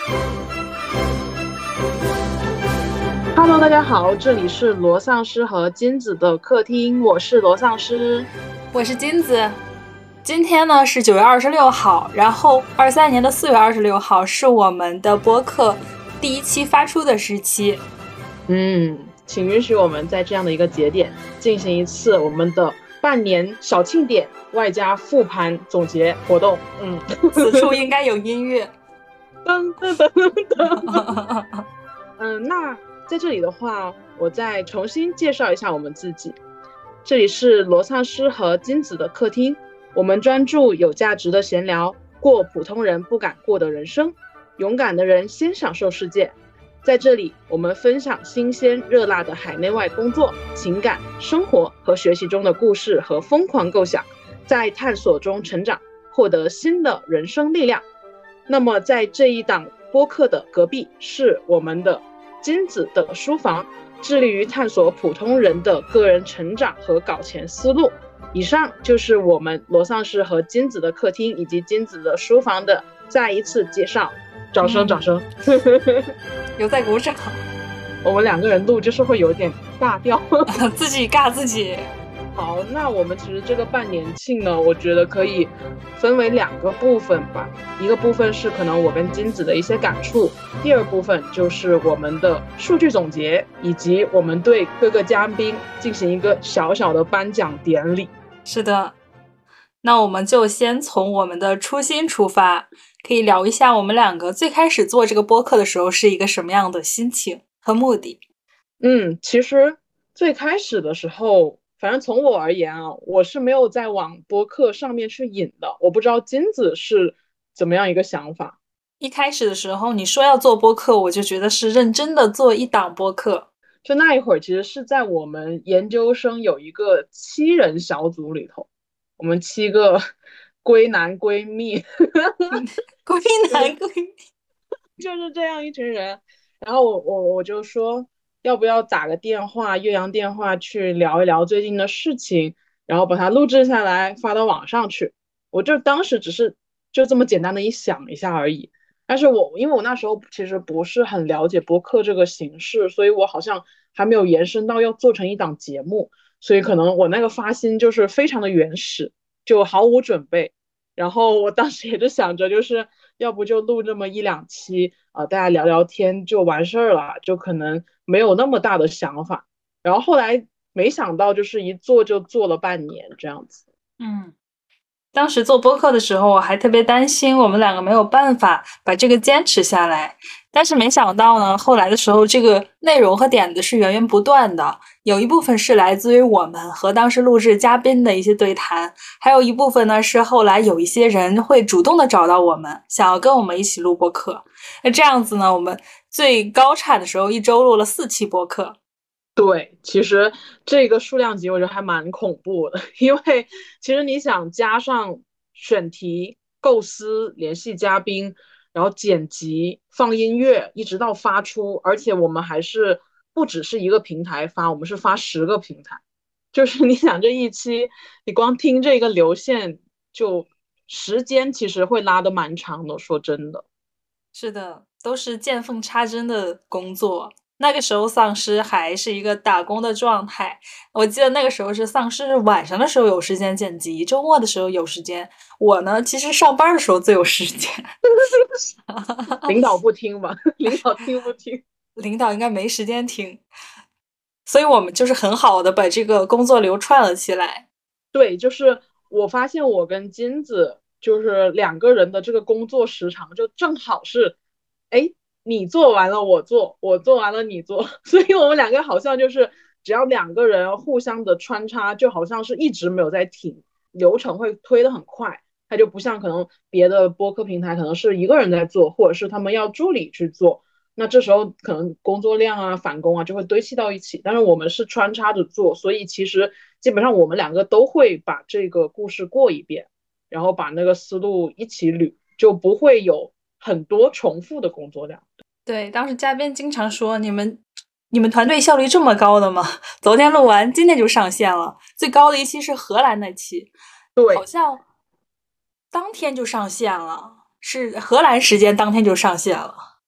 Hello，大家好，这里是罗丧尸和金子的客厅，我是罗丧尸， 我是金子。今天呢是9月26号，然后23年的4月26号是我们的播客第一期发出的时期。 请允许我们在这样的一个节点进行一次我们的半年小庆典外加复盘总结活动。 此处应该有音乐。 噔噔噔噔。那在这里的话，我再重新介绍一下我们自己。这里是罗丧尸和金子的客厅，我们专注有价值的闲聊，过普通人不敢过的人生，勇敢的人先享受世界。在这里，我们分享新鲜热辣的海内外工作、情感、生活和学习中的故事和疯狂构想，在探索中成长，获得新的人生力量。那么在这一档播客的隔壁是我们的金子的书房，致力于探索普通人的个人成长和搞钱思路。以上就是我们罗丧尸和金子的客厅以及金子的书房的再一次介绍。掌声掌声。 有在鼓掌。 我们两个人录就是会有点尬掉。 自己尬自己。 好，那我们其实这个半年庆呢，我觉得可以分为2个部分吧。一个部分是可能我跟金子的一些感触，第二部分就是我们的数据总结，以及我们对各个嘉宾进行一个小小的颁奖典礼。 是的，那我们就先从我们的初心出发，可以聊一下我们两个最开始做这个播客的时候是一个什么样的心情和目的。 其实最开始的时候，反正从我而言啊，我是没有在往播客上面去引的。我不知道金子是怎么样一个想法。 一开始的时候你说要做播客，我就觉得是认真的做一档播客。 就那一会儿其实是在我们研究生有一个7人小组里头，我们7个闺男闺蜜闺男闺蜜就是这样一群人。然后我就说要不要打个电话，岳阳电话去聊一聊最近的事情，然后把它录制下来发到网上去。我就当时只是就这么简单的想一下而已。但是因为我那时候其实不是很了解播客这个形式，所以我好像还没有延伸到要做成一档节目，所以可能我那个发心就是非常的原始，就毫无准备。然后我当时也是想着，就是要不就录这么1-2期大家聊聊天就完事儿了，就可能没有那么大的想法。然后后来没想到，就是一做就做了半年这样子。 当时做播客的时候，我还特别担心我们两个没有办法把这个坚持下来。但是没想到呢，后来的时候，这个内容和点子是源源不断的。有一部分是来自于我们和当时录制嘉宾的一些对谈，还有一部分呢是后来有一些人会主动的找到我们，想要跟我们一起录播客。那这样子呢，我们最高产的时候，1周录了4期播客。 对，其实这个数量级我觉得还蛮恐怖的，因为其实你想加上选题、构思、联系嘉宾，然后剪辑、放音乐，一直到发出，而且我们还是不只是一个平台发，我们是发10个平台。就是你想这一期，你光听这个流线，就时间其实会拉得蛮长的，说真的。 是的，都是见缝插针的工作。那个时候丧尸还是一个打工的状态，我记得那个时候是丧尸晚上的时候有时间剪辑，周末的时候有时间。我呢，其实上班的时候最有时间。 领导不听吧？领导听不听？ 领导应该没时间听，所以我们就是很好的把这个工作流串了起来。 对，就是我发现我跟金子就是2个人的这个工作时长就正好是，哎，你做完了我做，我做完了你做，所以我们2个好像就是只要2个人互相的穿插，就好像是一直没有在停，流程会推得很快。它就不像可能别的播客平台可能是一个人在做，或者是他们要助理去做，那这时候可能工作量啊、返工啊就会堆砌到一起。但是我们是穿插着做，所以其实基本上我们2个都会把这个故事过一遍，然后把那个思路一起捋，就不会有很多重复的工作量。 对，当时嘉宾经常说：你们团队效率这么高的吗？昨天录完，今天就上线了。最高的一期是荷兰那期，好对， 像当天就上线了，是荷兰时间当天就上线了。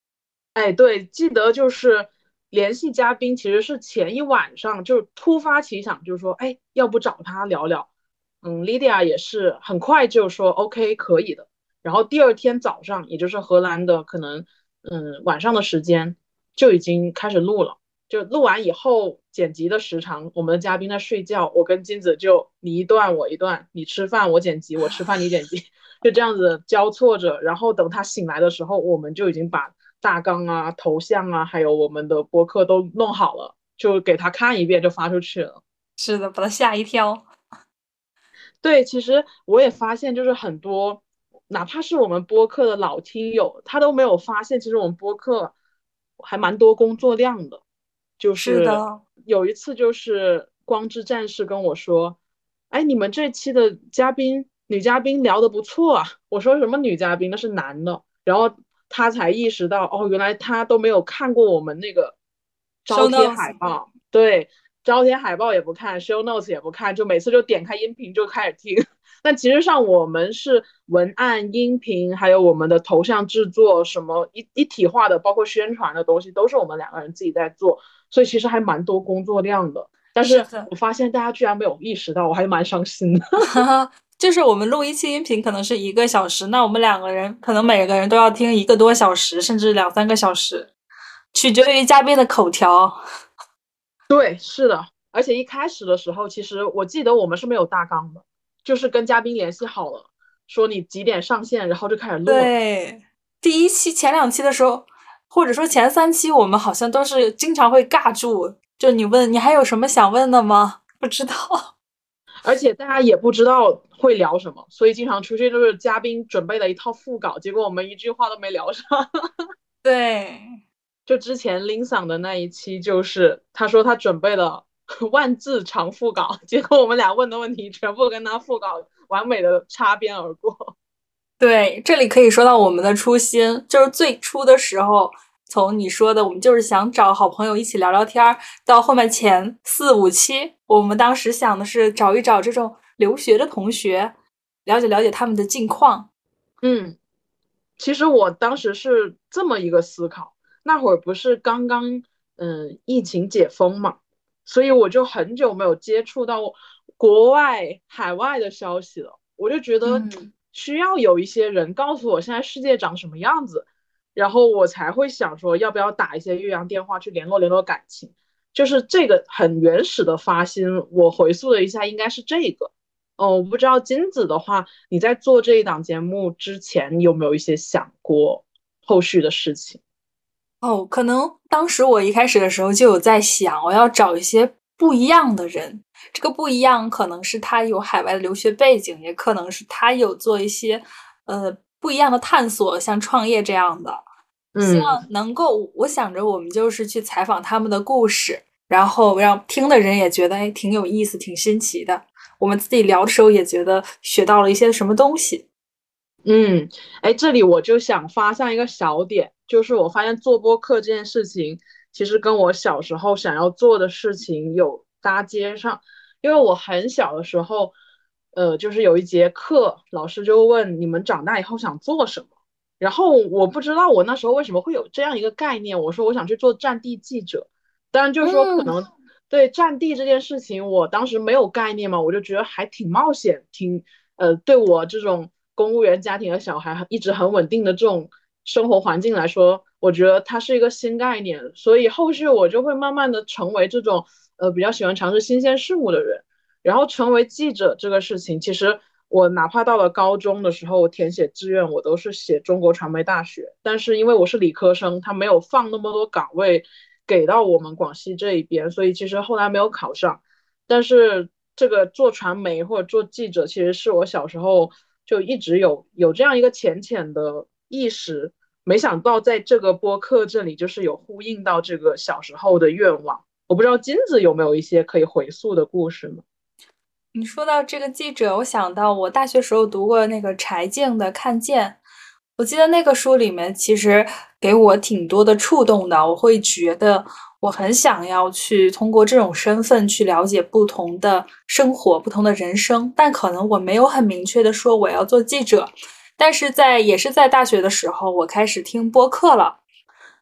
哎，对，记得就是联系嘉宾，其实是前一晚上就突发奇想，就是说，哎，要不找他聊聊。Lydia 也是很快就说 OK 可以的。然后第二天早上，也就是荷兰的可能晚上的时间就已经开始录了。就录完以后，剪辑的时长，我们的嘉宾在睡觉，我跟金子就你一段我一段，你吃饭我剪辑，我吃饭你剪辑，就这样子交错着。然后等他醒来的时候，我们就已经把大纲啊、头像啊，还有我们的播客都弄好了，就给他看一遍就发出去了。 是的，把他吓一跳。 对，其实我也发现，就是很多，哪怕是我们播客的老听友，他都没有发现，其实我们播客还蛮多工作量的。就是是的， 有一次，就是光之战士跟我说：“哎，你们这期的嘉宾女嘉宾聊得不错啊。”我说：“什么女嘉宾？那是男的。”然后他才意识到，哦，原来他都没有看过我们那个招 ，show 贴 notes。 海报。对，招贴海报也不看，show notes 也不看，就每次就点开音频就开始听。但其实上我们是文案、音频，还有我们的头像制作，什么一体化的，包括宣传的东西，都是我们两个人自己在做，所以其实还蛮多工作量的。但是是的。 我发现大家居然没有意识到，我还蛮伤心的。 哈哈，就是我们录一期音频可能是1个小时，那我们两个人可能每个人都要听1个多小时，甚至2、3个小时，取决于嘉宾的口条。 对，是的，而且一开始的时候，其实我记得我们是没有大纲的，就是跟嘉宾联系好了，说你几点上线，然后就开始录了。 对，第一期、前2期的时候，或者说前3期，我们好像都是经常会尬住，就你问你还有什么想问的吗？不知道。 而且大家也不知道会聊什么，所以经常出现就是嘉宾准备了一套副稿，结果我们一句话都没聊上。 对， 就之前林桑的那一期，就是他说他准备了万字长副稿，结果我们俩问的问题全部跟他副稿完美的擦边而过。 对，这里可以说到我们的初心，就是最初的时候，从你说的我们就是想找好朋友一起聊聊天儿，到后面前4、5期，我们当时想的是找一找这种留学的同学，了解了解他们的近况。 嗯，其实我当时是这么一个思考，那会儿不是刚刚疫情解封嘛，所以我就很久没有接触到国外海外的消息了，我就觉得嗯， 需要有一些人告诉我现在世界长什么样子，然后我才会想说要不要打一些越洋电话去联络联络感情，就是这个很原始的发心，我回溯了一下，应该是这个。哦，我不知道金子的话，你在做这一档节目之前，有没有一些想过后续的事情？ 哦，可能当时我一开始的时候就有在想，我要找一些不一样的人。这个不一样，可能是他有海外的留学背景，也可能是他有做一些不一样的探索，像创业这样的。希嗯望能够，我想着我们就是去采访他们的故事，然后让听的人也觉得哎挺有意思、挺新奇的。我们自己聊的时候也觉得学到了一些什么东西。 嗯，哎，这里我就想发上一个小点，就是我发现做播客这件事情，其实跟我小时候想要做的事情有搭接上。因为我很小的时候，就是有一节课，老师就问你们长大以后想做什么，然后我不知道我那时候为什么会有这样一个概念，我说我想去做战地记者，当然就是说可嗯， 能对战地这件事情，我当时没有概念嘛，我就觉得还挺冒险，对我这种公务员家庭的小孩，一直很稳定的这种生活环境来说，我觉得它是一个新概念，所以后续我就会慢慢的成为这种比较喜欢尝试新鲜事物的人。然后成为记者这个事情，其实我哪怕到了高中的时候，我填写志愿，我都是写中国传媒大学，但是因为我是理科生，他没有放那么多岗位给到我们广西这一边，所以其实后来没有考上。但是这个做传媒或者做记者，其实是我小时候就一直有这样一个浅浅的意识，没想到在这个播客这里就是有呼应到这个小时候的愿望。我不知道金子有没有一些可以回溯的故事呢？ 你说到这个记者，我想到我大学时候读过那个柴静的《看见》，我记得那个书里面其实给我挺多的触动的，我会觉得我很想要去通过这种身份去了解不同的生活、不同的人生，但可能我没有很明确的说我要做记者，但是也是在大学的时候，我开始听播客了。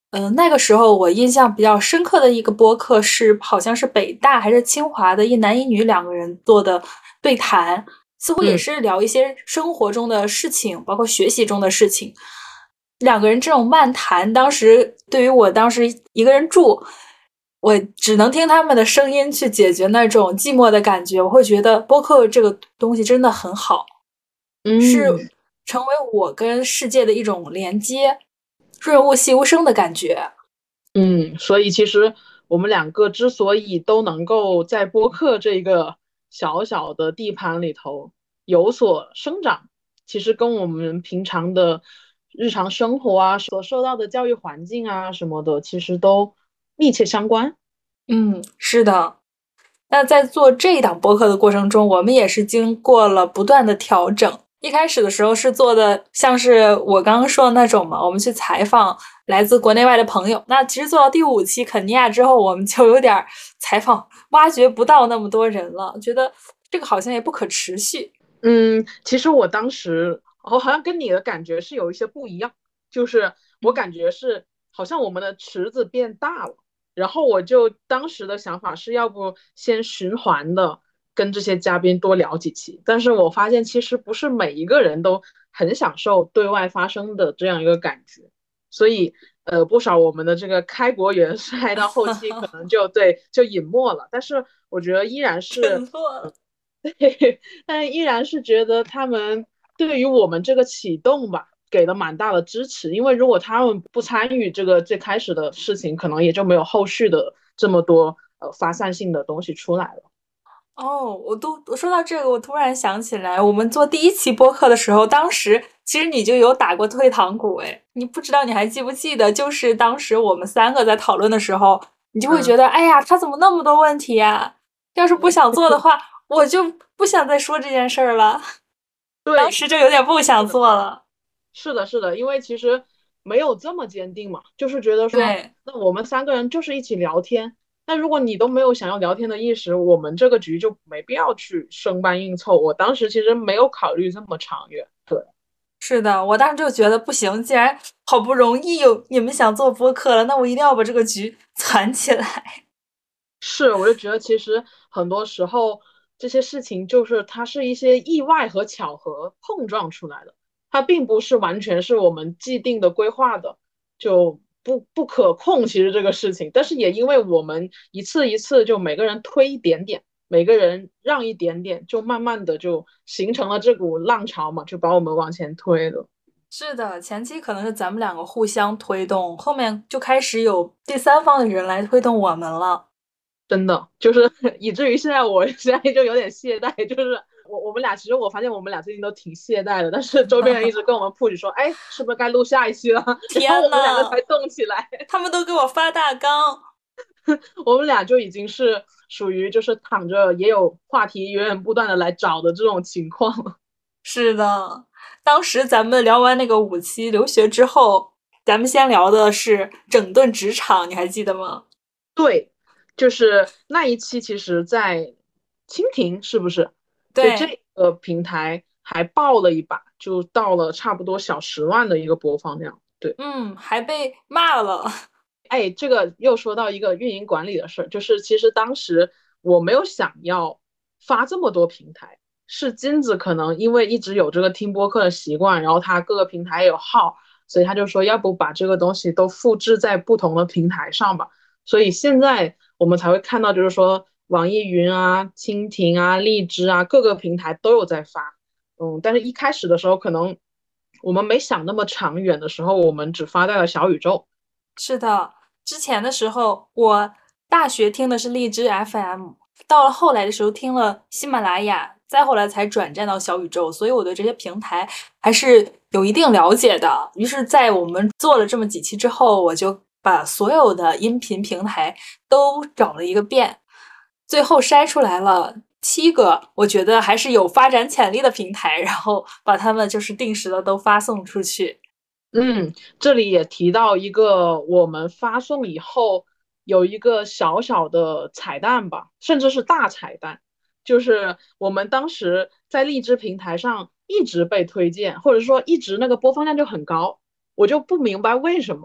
那个时候我印象比较深刻的一个播客是，好像是北大还是清华的一男一女两个人做的对谈，似乎也是聊一些生活中的事情，包括学习中的事情。两个人这种漫谈，当时对于我当时一个人住，我只能听他们的声音去解决那种寂寞的感觉。我会觉得播客这个东西真的很好，是成为我跟世界的一种连接，润物细无声的感觉。 所以其实我们两个之所以都能够在播客这个小小的地盘里头有所生长，其实跟我们平常的日常生活啊，所受到的教育环境啊什么的，其实都密切相关。 是的。那在做这一档播客的过程中，我们也是经过了不断的调整。一开始的时候是做的像是我刚刚说的那种嘛，我们去采访来自国内外的朋友。那其实做到第5期肯尼亚之后，我们就有点采访挖掘不到那么多人了，觉得这个好像也不可持续。 其实我当时我好像跟你的感觉是有一些不一样，就是我感觉是好像我们的池子变大了，然后我就当时的想法是要不先循环的跟这些嘉宾多聊几期，但是我发现其实不是每一个人都很享受对外发声的这样一个感觉，所以不少我们的这个开国元帅到后期可能就隐没了，但是我觉得依然是。 认错了。 对，但依然是觉得他们对于我们这个启动吧，给了蛮大的支持。因为如果他们不参与这个最开始的事情，可能也就没有后续的这么多发散性的东西出来了。 哦，我说到这个，我突然想起来，我们做第1期播客的时候，当时其实你就有打过退堂鼓，哎，你不知道你还记不记得？就是当时我们3个在讨论的时候，你就会觉得，哎呀，他怎么那么多问题呀？要是不想做的话，我就不想再说这件事儿了。当对， 时就有点不想做了。 是的，是的，因为其实没有这么坚定嘛，就是觉得说， 对， 那我们3个人就是一起聊天。那如果你都没有想要聊天的意识，我们这个局就没必要去生搬硬凑。我当时其实没有考虑这么长远。对。 是的，我当时就觉得不行，既然好不容易有你们想做播客了，那我一定要把这个局攒起来。 是，我就觉得其实很多时候这些事情就是它是一些意外和巧合碰撞出来的，它并不是完全是我们既定的规划的，就不可控。其实这个事情，但是也因为我们一次一次就每个人推一点点，每个人让一点点，就慢慢的就形成了这股浪潮嘛，就把我们往前推了。 是的，前期可能是咱们2个互相推动，后面就开始有第三方的人来推动我们了。 真的就是以至于现在我现在就有点懈怠，就是我们俩其实我发现我们俩最近都挺懈怠的，但是周边人一直跟我们 push 说，哎，是不是该录下一期了？然后我天们两个才呐， 动起来， 他们都给我发大纲。 我们俩就已经是属于就是躺着也有话题源源不断的来找的这种情况了。 是的，当时咱们聊完那个5期留学之后，咱们先聊的是整顿职场，你还记得吗？ 对，就是那一期，其实，在蜻蜓是不是？就对， 这个平台还爆了一把，就到了差不多小10万的一个播放量。对。 还被骂了。 哎，这个又说到一个运营管理的事儿，就是其实当时我没有想要发这么多平台，是金子可能因为一直有这个听播客的习惯，然后他各个平台也有号，所以他就说要不把这个东西都复制在不同的平台上吧。所以现在我们才会看到，就是说网易云啊、蜻蜓啊、荔枝啊各个平台都有在发。但是一开始的时候，可能我们没想那么长远的时候，我们只发在了小宇宙。 是的，之前的时候，我大学听的是荔枝 FM，到了后来的时候听了喜马拉雅，再后来才转战到小宇宙，所以我对这些平台还是有一定了解的。于是，在我们做了这么几期之后，我就把所有的音频平台都找了一个遍，最后筛出来了7个，我觉得还是有发展潜力的平台，然后把它们就是定时的都发送出去。 这里也提到一个，我们发送以后有一个小小的彩蛋吧，甚至是大彩蛋，就是我们当时在荔枝平台上一直被推荐，或者说一直那个播放量就很高，我就不明白为什么。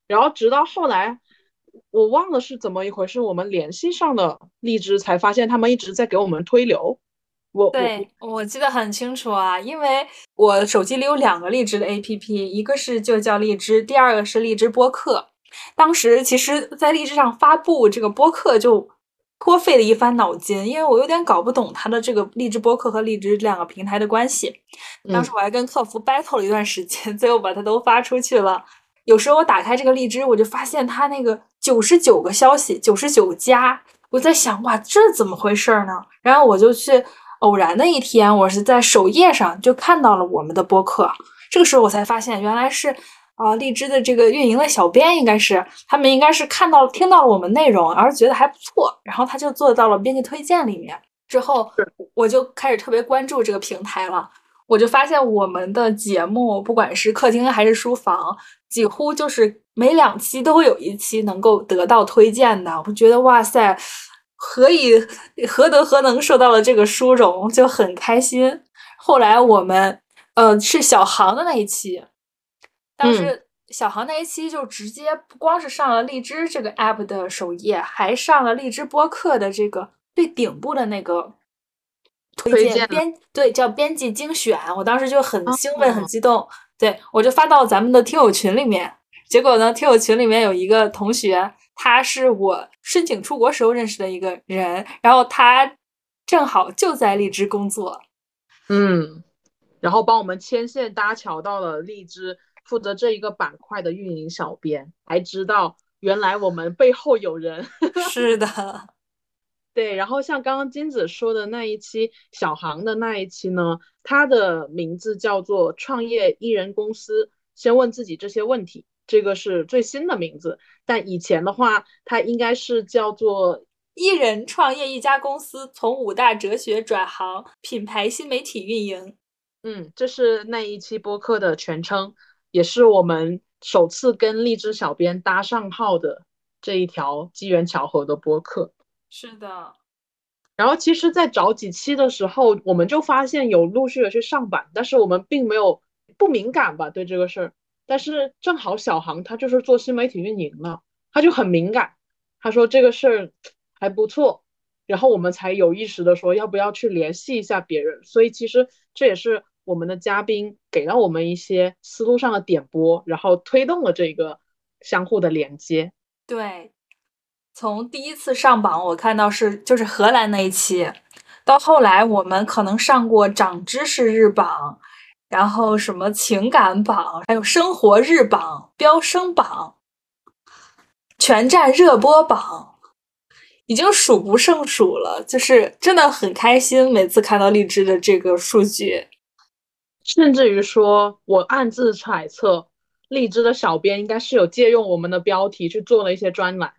然后直到后来，我忘了是怎么一回事，我们联系上了荔枝，才发现他们一直在给我们推流。我对，我记得很清楚啊，因为我手机里有两个荔枝的 APP，一个是就叫荔枝，第二个是荔枝播客。当时其实，在荔枝上发布这个播客就颇费了一番脑筋，因为我有点搞不懂它的这个荔枝播客和荔枝这两个平台的关系。当时嗯我还跟客服 battle 了一段时间，最后把它都发出去了。有时候我打开这个荔枝，我就发现它那个99个消息，99加，我在想，哇，这怎么回事呢？然后我就去偶然的一天，我是在首页上就看到了我们的播客，这个时候我才发现，原来是荔枝的这个运营的小编，他们应该是听到了我们内容，而觉得还不错，然后他就做到了编辑推荐里面。之后我就开始特别关注这个平台了。我就发现我们的节目，不管是客厅还是书房，几乎就是每2期都会有一期能够得到推荐的。我觉得哇塞，何德何能受到了这个殊荣，就很开心。后来我们是小航的那一期，当时小航那一期就直接不光是上了荔枝这个 app 的首页，还上了荔枝播客的这个最顶部的那个推荐了。 对，叫编辑精选。我当时就很兴奋，很哦， 激动，对，我就发到咱们的听友群里面。结果呢，听友群里面有一个同学，他是我申请出国时候认识的一个人，然后他正好就在荔枝工作。 嗯，然后帮我们牵线搭桥到了荔枝，负责这一个板块的运营小编，还知道原来我们背后有人。 是的， 对，然后像刚刚金子说的那一期小航的那一期呢，他的名字叫做创业艺人公司，先问自己这些问题，这个是最新的名字。但以前的话，他应该是叫做一人创业一家公司，从5大哲学转行品牌新媒体运营。 这是那一期播客的全称，也是我们首次跟荔枝小编搭上号的这一条机缘巧合的播客。 是的， 然后其实，在找几期的时候，我们就发现有陆续的去上榜，但是我们并没有不敏感吧对这个事儿。但是正好小航他就是做新媒体运营的，他就很敏感，他说这个事儿还不错，然后我们才有意识的说要不要去联系一下别人。所以其实这也是我们的嘉宾给了我们一些思路上的点拨，然后推动了这个相互的连接。 对，从第一次上榜，我看到就是荷兰那一期，到后来我们可能上过长知识日榜，然后什么情感榜，还有生活日榜、飙升榜、全站热播榜，已经数不胜数了。就是真的很开心，每次看到荔枝的这个数据。 甚至于说，我暗自揣测，荔枝的小编应该是有借用我们的标题去做了一些专栏。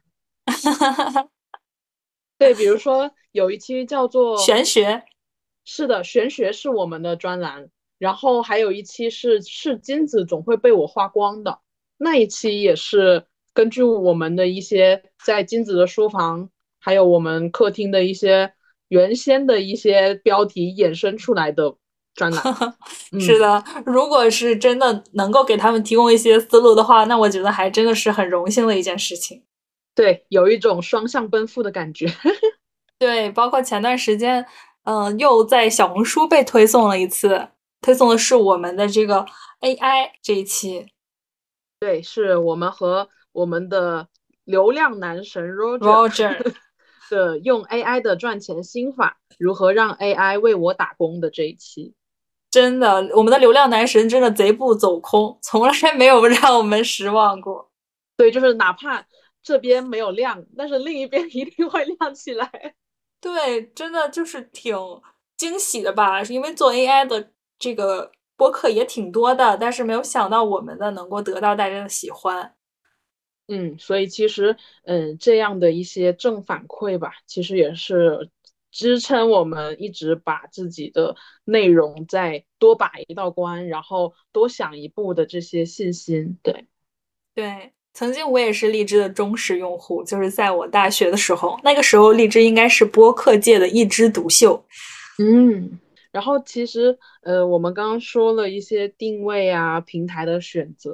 对，比如说有一期叫做玄学， “是的，玄学”是我们的专栏，然后还有一期是金子总会被我花光的，那一期也是根据我们的一些在金子的书房，还有我们客厅的一些原先的一些标题衍生出来的专栏。嗯。 是的，如果是真的能够给他们提供一些思路的话，那我觉得还真的是很荣幸的一件事情。 对，有一种双向奔赴的感觉。 对，包括前段时间，又在小红书被推送了一次，推送的是我们的这个 AI 这一期对，是我们和我们的流量男神 Roger Roger， 的用 AI 的赚钱心法，如何让 AI 为我打工的这一期。 真的，我们的流量男神真的贼不走空，从来没有让我们失望过。 对，就是哪怕这边没有亮，但是另一边一定会亮起来。 对，真的就是挺惊喜的吧，因为做 AI 的这个播客也挺多的，但是没有想到我们的能够得到大家的喜欢。 所以其实，这样的一些正反馈吧，其实也是支撑我们一直把自己的内容再多把一道关，然后多想一步的这些信心。对。 对，曾经我也是荔枝的忠实用户，就是在我大学的时候，那个时候荔枝应该是播客界的一枝独秀。 然后其实，我们刚刚说了一些定位啊，平台的选择。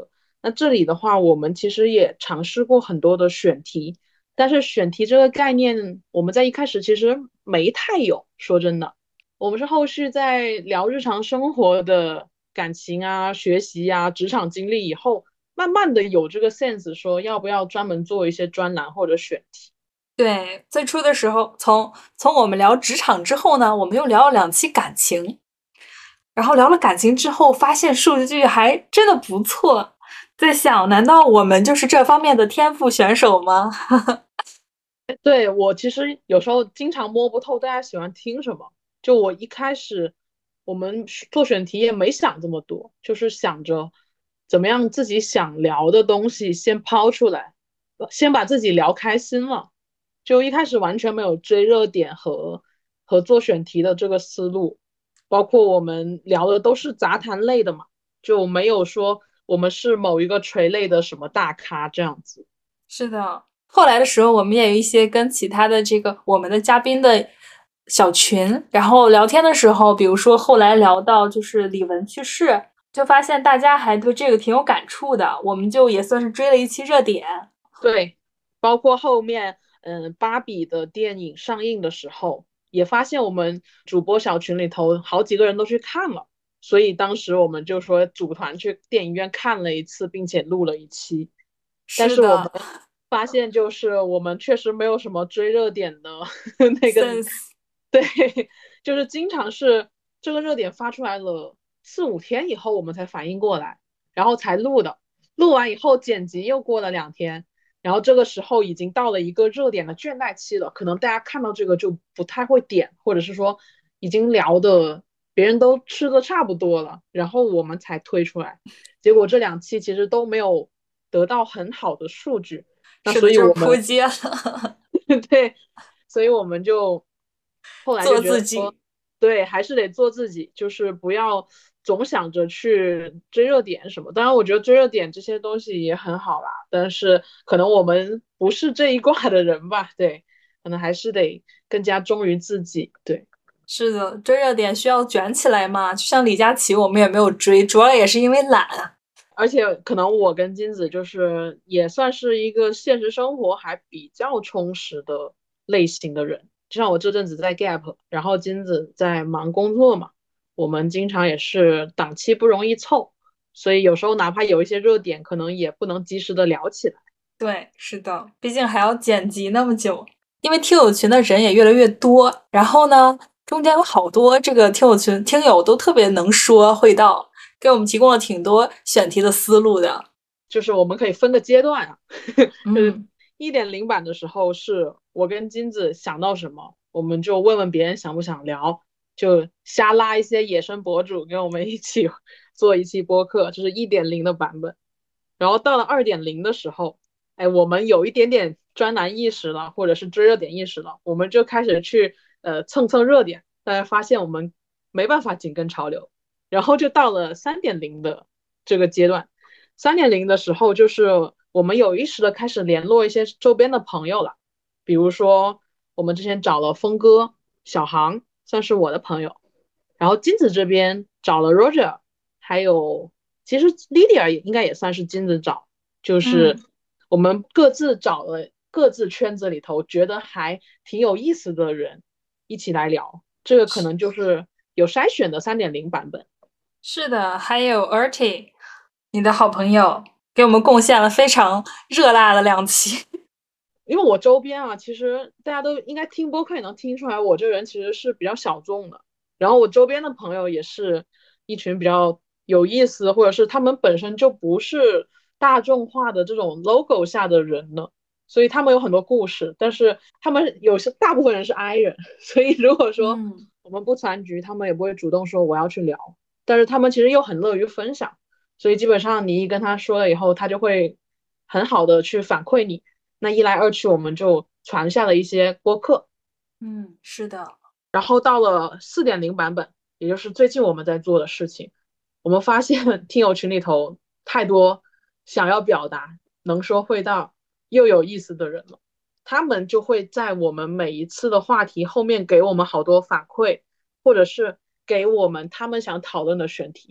那这里的话，我们其实也尝试过很多的选题，但是选题这个概念，我们在一开始其实没太有。说真的，我们是后续在聊日常生活的感情啊、学习啊、职场经历以后，慢慢的有这个 sense，说要不要专门做一些专栏或者选题。 对，最初的时候，从我们聊职场之后呢，我们又聊了2期感情，然后聊了感情之后，发现数据还真的不错。在想，难道我们就是这方面的天赋选手吗？ 对，我其实有时候经常摸不透大家喜欢听什么。就我一开始我们做选题也没想这么多，就是想着怎么样自己想聊的东西先抛出来，先把自己聊开心了。就一开始完全没有追热点和做选题的这个思路，包括我们聊的都是杂谈类的嘛，就没有说我们是某一个垂类的什么大咖这样子。 是的，后来的时候，我们也有一些跟其他的我们的嘉宾的小群，然后聊天的时候，比如说后来聊到就是李玟去世，就发现大家还对这个挺有感触的，我们就也算是追了一期热点。 对，包括后面，芭比的电影上映的时候，也发现我们主播小群里头好几个人都去看了，所以当时我们就说组团去电影院看了一次，并且录了一期。但是我们是的发现，就是我们确实没有什么追热点的那个， ，sense 对，就是经常是这个热点发出来了4、5天以后，我们才反应过来，然后才录的。录完以后剪辑又过了2天，然后这个时候已经到了一个热点的倦怠期了，可能大家看到这个就不太会点，或者是说已经聊的别人都吃的差不多了，然后我们才推出来。结果这2期其实都没有得到很好的数据，那是的，就是所以我们扑街了， 对，所以我们就后来就做觉得说， 自己。 对，还是得做自己，就是不要总想着去追热点什么。当然，我觉得追热点这些东西也很好啦，但是可能我们不是这一挂的人吧，对，可能还是得更加忠于自己，对。 是的，追热点需要卷起来嘛，就像李佳琦，我们也没有追，主要也是因为懒啊。 而且可能我跟金子就是也算是一个现实生活还比较充实的类型的人，就像我这阵子在 gap，然后金子在忙工作嘛，我们经常也是档期不容易凑，所以有时候哪怕有一些热点，可能也不能及时的聊起来。 对，是的，毕竟还要剪辑那么久，因为听友群的人也越来越多，然后呢，中间有好多这个听友群听友都特别能说会道，给我们提供了挺多选题的思路的。 就是我们可以分个阶段啊，就是嗯， 1.0版的时候是我跟金子想到什么，我们就问问别人想不想聊，就瞎拉一些野生博主跟我们一起做一期播客，这是1.0的版本。然后到了2.0的时候，哎，我们有一点点专栏意识了，或者是追热点意识了，我们就开始去蹭蹭热点，大家发现我们没办法紧跟潮流，然后就到了3.0的这个阶段。3.0的时候，就是我们有意识的开始联络一些周边的朋友了，比如说我们之前找了峰哥、小航，算是我的朋友，然后金子这边找了 Roger，还有其实 Lydia 也应该也算是金子找，就是嗯， 我们各自找了各自圈子里头觉得还挺有意思的人一起来聊，这个可能就是有筛选的3.0版本。 是的，还有 Erty，你的好朋友，给我们贡献了非常热辣的2期。 因为我周边啊，其实大家都应该听播客也能听出来，我这人其实是比较小众的。然后我周边的朋友也是一群比较有意思，或者是他们本身就不是大众化的这种 logo 下的人呢，所以他们有很多故事，但是他们有些大部分人是 I 人，所以如果说嗯， 我们不攒局，他们也不会主动说我要去聊，但是他们其实又很乐于分享，所以基本上你一跟他说了以后，他就会很好的去反馈你。那一来二去，我们就传下了一些播客， 嗯，是的， 然后到了4.0版本，也就是最近我们在做的事情，我们发现听友群里头太多想要表达、能说会道又有意思的人了，他们就会在我们每一次的话题后面给我们好多反馈，或者是给我们他们想讨论的选题，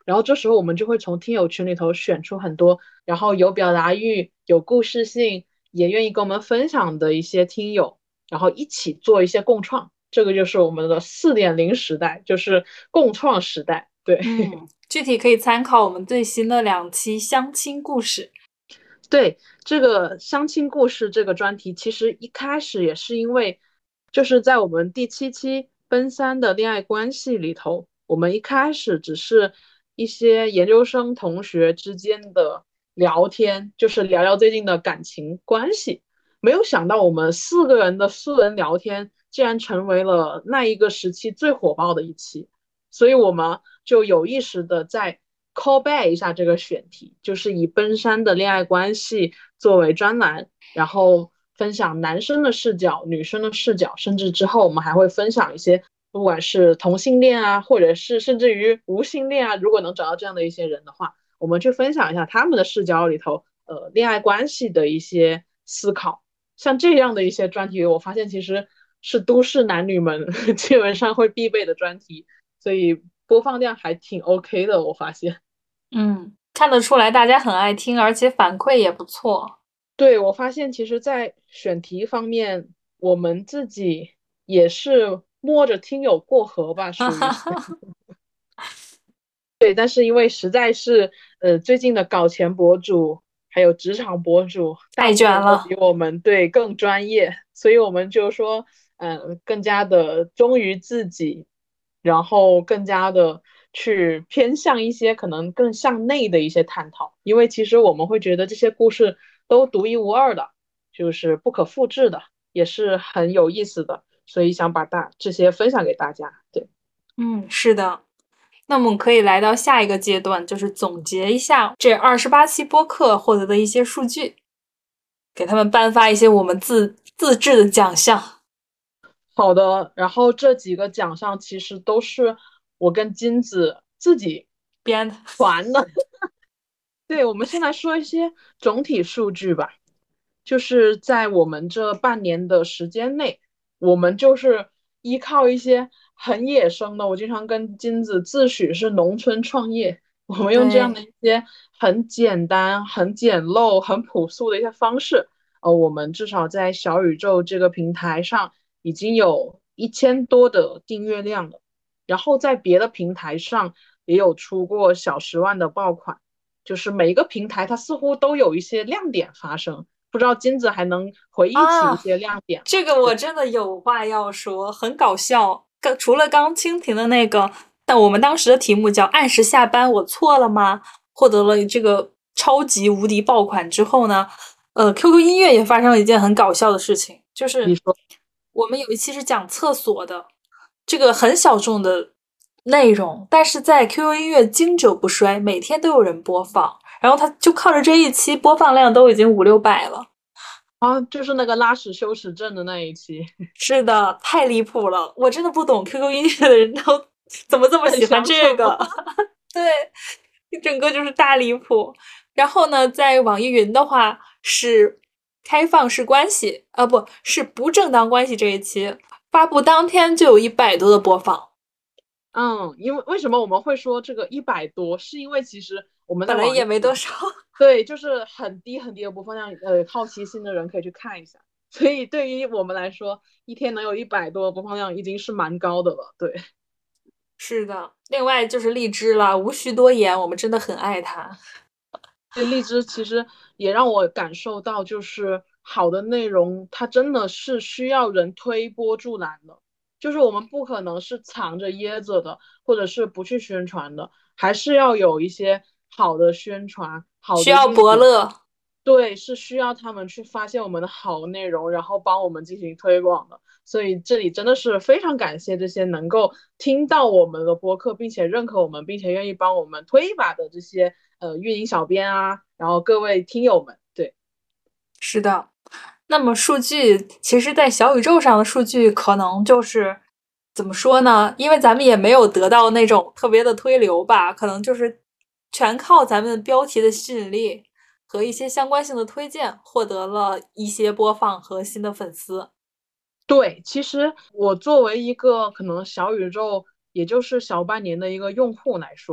然后这时候我们就会从听友群里头选出很多，然后有表达欲、有故事性，也愿意跟我们分享的一些听友，然后一起做一些共创。这个就是我们的4.0时代，就是共创时代。对， 具体可以参考我们最新的2期相亲故事。 对，这个相亲故事这个专题，其实一开始也是因为，就是在我们第7期奔三的恋爱关系里头，我们一开始只是一些研究生同学之间的聊天，就是聊聊最近的感情关系，没有想到我们4个人的素人聊天，竟然成为了那一个时期最火爆的一期，所以我们就有意识的在call back 一下这个选题，就是以奔山的恋爱关系作为专栏，然后分享男生的视角、女生的视角，甚至之后我们还会分享一些，不管是同性恋啊，或者是甚至于无性恋啊，如果能找到这样的一些人的话，我们去分享一下他们的视角里头，恋爱关系的一些思考。像这样的一些专题，我发现其实是都市男女们基本上会必备的专题，所以播放量还挺 OK 的，我发现。 看得出来大家很爱听，而且反馈也不错。 对，我发现其实，在选题方面，我们自己也是摸着听友过河吧，属于是。对，但是因为实在是，最近的搞钱博主还有职场博主，大太部分卷了。 人都比我们对更专业，所以我们就说，更加的忠于自己，然后更加的去偏向一些可能更向内的一些探讨，因为其实我们会觉得这些故事都独一无二的，就是不可复制的，也是很有意思的，所以想把这些分享给大家。对。 是的。那么我们可以来到下一个阶段，就是总结一下这28期播客获得的一些数据，给他们颁发一些我们自制的奖项。 好的，然后这几个奖项其实都是我跟金子自己编的。 传的。对，我们先来说一些总体数据吧。就是在我们这半年的时间内，我们就是依靠一些很野生的，我经常跟金子自诩是农村创业，我们用这样的对， 一些很简单、很简陋、很朴素的一些方式，我们至少在小宇宙这个平台上已经有1000多的订阅量了，然后在别的平台上也有出过小10万的爆款，就是每一个平台它似乎都有一些亮点发生。不知道金子还能回忆起一啊， 些亮点吗？ 这个我对， 真的有话要说，很搞笑。除了刚蜻蜓的那个，但我们当时的题目叫“按时下班，我错了吗”，获得了这个超级无敌爆款之后呢，QQ 音乐也发生了一件很搞笑的事情，就是你说。 我们有一期是讲厕所的，这个很小众的内容，但是在 QQ 音乐经久不衰，每天都有人播放，然后他就靠着这一期播放量都已经500-600了。 啊，就是那个拉屎羞耻症的那一期。 是的，太离谱了！我真的不懂 QQ 音乐的人都怎么这么在喜欢想什么？ 这个。对，整个就是大离谱。然后呢，在网易云的话是开放式关系，不是不正当关系这一期发布当天就有100多的播放， 因为为什么我们会说这个100多？是因为其实我们在本来网易云， 也没多少。 对，就是很低很低的播放量，好奇心的人可以去看一下。所以对于我们来说，一天能有100多的播放量已经是蛮高的了。对。 是的，另外就是荔枝了，无需多言，我们真的很爱它。 对，荔枝其实也让我感受到，就是好的内容，它真的是需要人推波助澜的。就是我们不可能是藏着掖着的，或者是不去宣传的，还是要有一些好的宣传、好需要的运营。 伯乐。 对，是需要他们去发现我们的好内容，然后帮我们进行推广的。所以这里真的是非常感谢这些能够听到我们的播客，并且认可我们，并且愿意帮我们推一把的这些运营小编啊，然后各位听友们。对。 是的，那么数据其实，在小宇宙上的数据可能就是怎么说呢？因为咱们也没有得到那种特别的推流吧，可能就是全靠咱们标题的吸引力和一些相关性的推荐，获得了一些播放和新的粉丝。 对，其实我作为一个可能小宇宙也就是小半年的一个用户来说，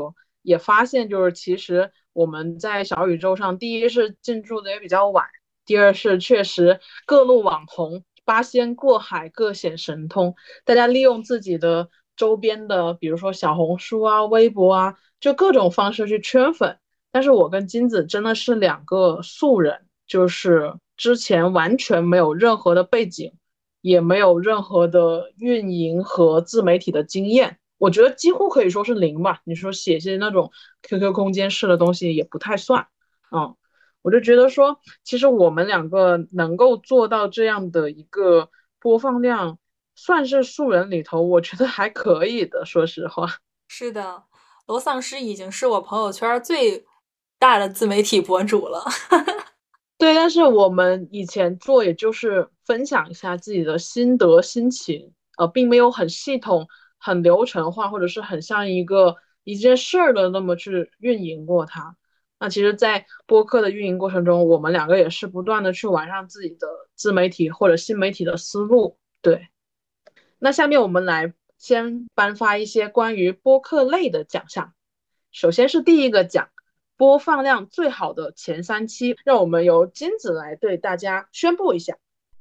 也发现，就是其实我们在小宇宙上，第一是进驻的也比较晚，第二是确实各路网红八仙过海，各显神通，大家利用自己的周边的，比如说小红书啊、微博啊，就各种方式去圈粉。但是我跟金子真的是两个素人，就是之前完全没有任何的背景，也没有任何的运营和自媒体的经验，我觉得几乎可以说是零吧。你说写些那种 QQ 空间式的东西也不太算，嗯，我就觉得说，其实我们两个能够做到这样的一个播放量，算是素人里头，我觉得还可以的，说实话。 是的，罗丧尸已经是我朋友圈最大的自媒体博主了。 对，但是我们以前做也就是分享一下自己的心得心情，并没有很系统、很流程化，或者是很像一件事儿的那么去运营过它。那其实，在播客的运营过程中，我们两个也是不断的去完善自己的自媒体或者新媒体的思路。对，那下面我们来先颁发一些关于播客类的奖项。首先是第一个奖，播放量最好的前3期，让我们由金子来对大家宣布一下。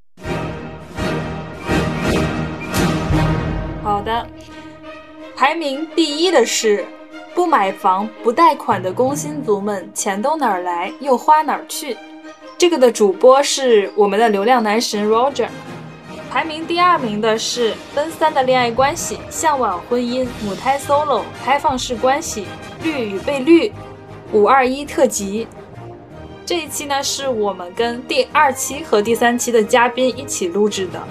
好的，排名第一的是不买房不贷款的工薪族们，钱都哪儿来又花哪儿去。这个的主播是我们的流量男神 Roger。排名第2名的是奔三的恋爱关系、向往婚姻、母胎 solo、开放式关系、绿与被绿、521特辑。这一期呢是我们跟第2期和第3期的嘉宾一起录制的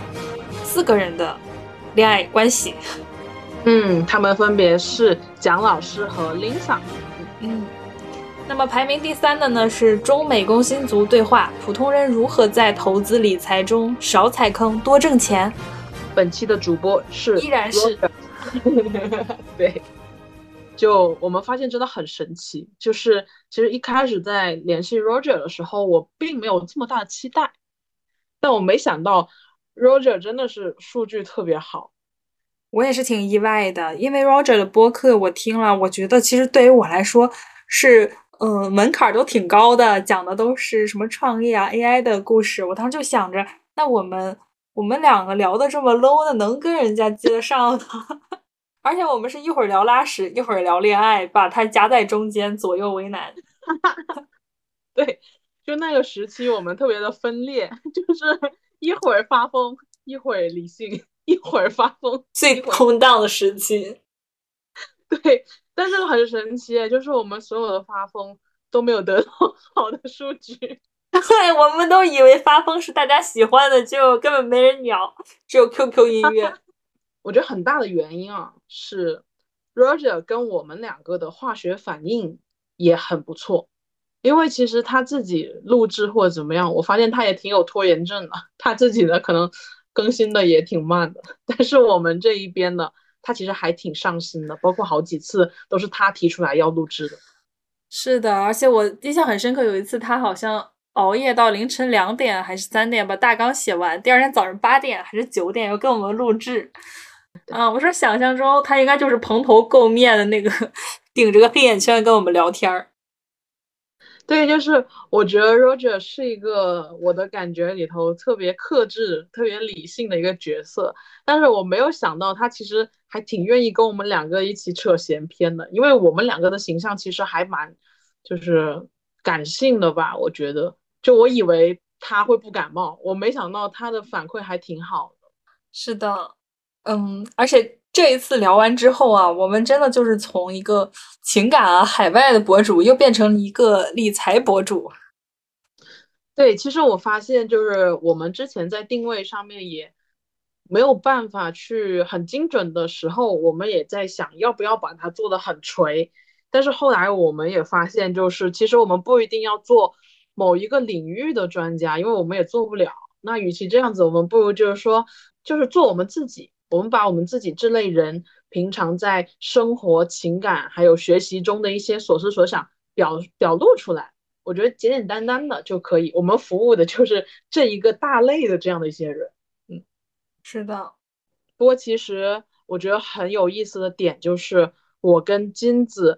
4个人的恋爱关系。 他们分别是蒋老师和 Linsa。 那么排名第3的呢是中美工薪族对话，普通人如何在投资理财中少踩坑多挣钱。 本期的主播是依然是对，就我们发现真的很神奇，就是其实一开始在联系 Roger 的时候，我并没有这么大的期待，但我没想到 Roger 真的是数据特别好。 我也是挺意外的，因为 Roger 的播客我听了，我觉得其实对于我来说是门槛都挺高的，讲的都是什么创业啊 AI 的故事。我当时就想着，那我们两个聊的这么 low 的，能跟人家接得上吗？而且我们是一会儿聊拉屎，一会儿聊恋爱，把它夹在中间，左右为难。 对，就那个时期我们特别的分裂，就是一会儿发疯，一会儿理性，一会儿发疯， 最空荡的时期。 对，但是很神奇，就是我们所有的发疯都没有得到好的数据。 对，我们都以为发疯是大家喜欢的，结果根本没人鸟，只有 QQ 音乐。 我觉得很大的原因啊，是 Roger 跟我们两个的化学反应也很不错，因为其实他自己录制或者怎么样，我发现他也挺有拖延症的，他自己的可能更新的也挺慢的，但是我们这一边的，他其实还挺上心的，包括好几次都是他提出来要录制的。 是的，而且我印象很深刻，有一次他好像熬夜到凌晨2点还是3点把大纲写完，第2天早上8点还是9点又跟我们录制。我说想象中他应该就是蓬头垢面的那个，顶着个黑眼圈跟我们聊天。 对，就是我觉得 Roger 是一个我的感觉里头特别克制、特别理性的一个角色，但是我没有想到他其实还挺愿意跟我们两个一起扯闲篇的，因为我们两个的形象其实还蛮就是感性的吧，我觉得，就我以为他会不感冒，我没想到他的反馈还挺好的。 是的，而且这一次聊完之后啊，我们真的就是从一个情感啊海外的博主，又变成了一个理财博主。 对，其实我发现就是我们之前在定位上面也没有办法去很精准的时候，我们也在想要不要把它做得很垂。但是后来我们也发现，就是其实我们不一定要做某一个领域的专家，因为我们也做不了。那与其这样子，我们不如就是说，就是做我们自己，我们把我们自己这类人平常在生活、情感还有学习中的一些所思所想表露出来。我觉得简简单单的就可以。我们服务的就是这一个大类的这样的一些人。 是的， 不过其实我觉得很有意思的点就是，我跟金子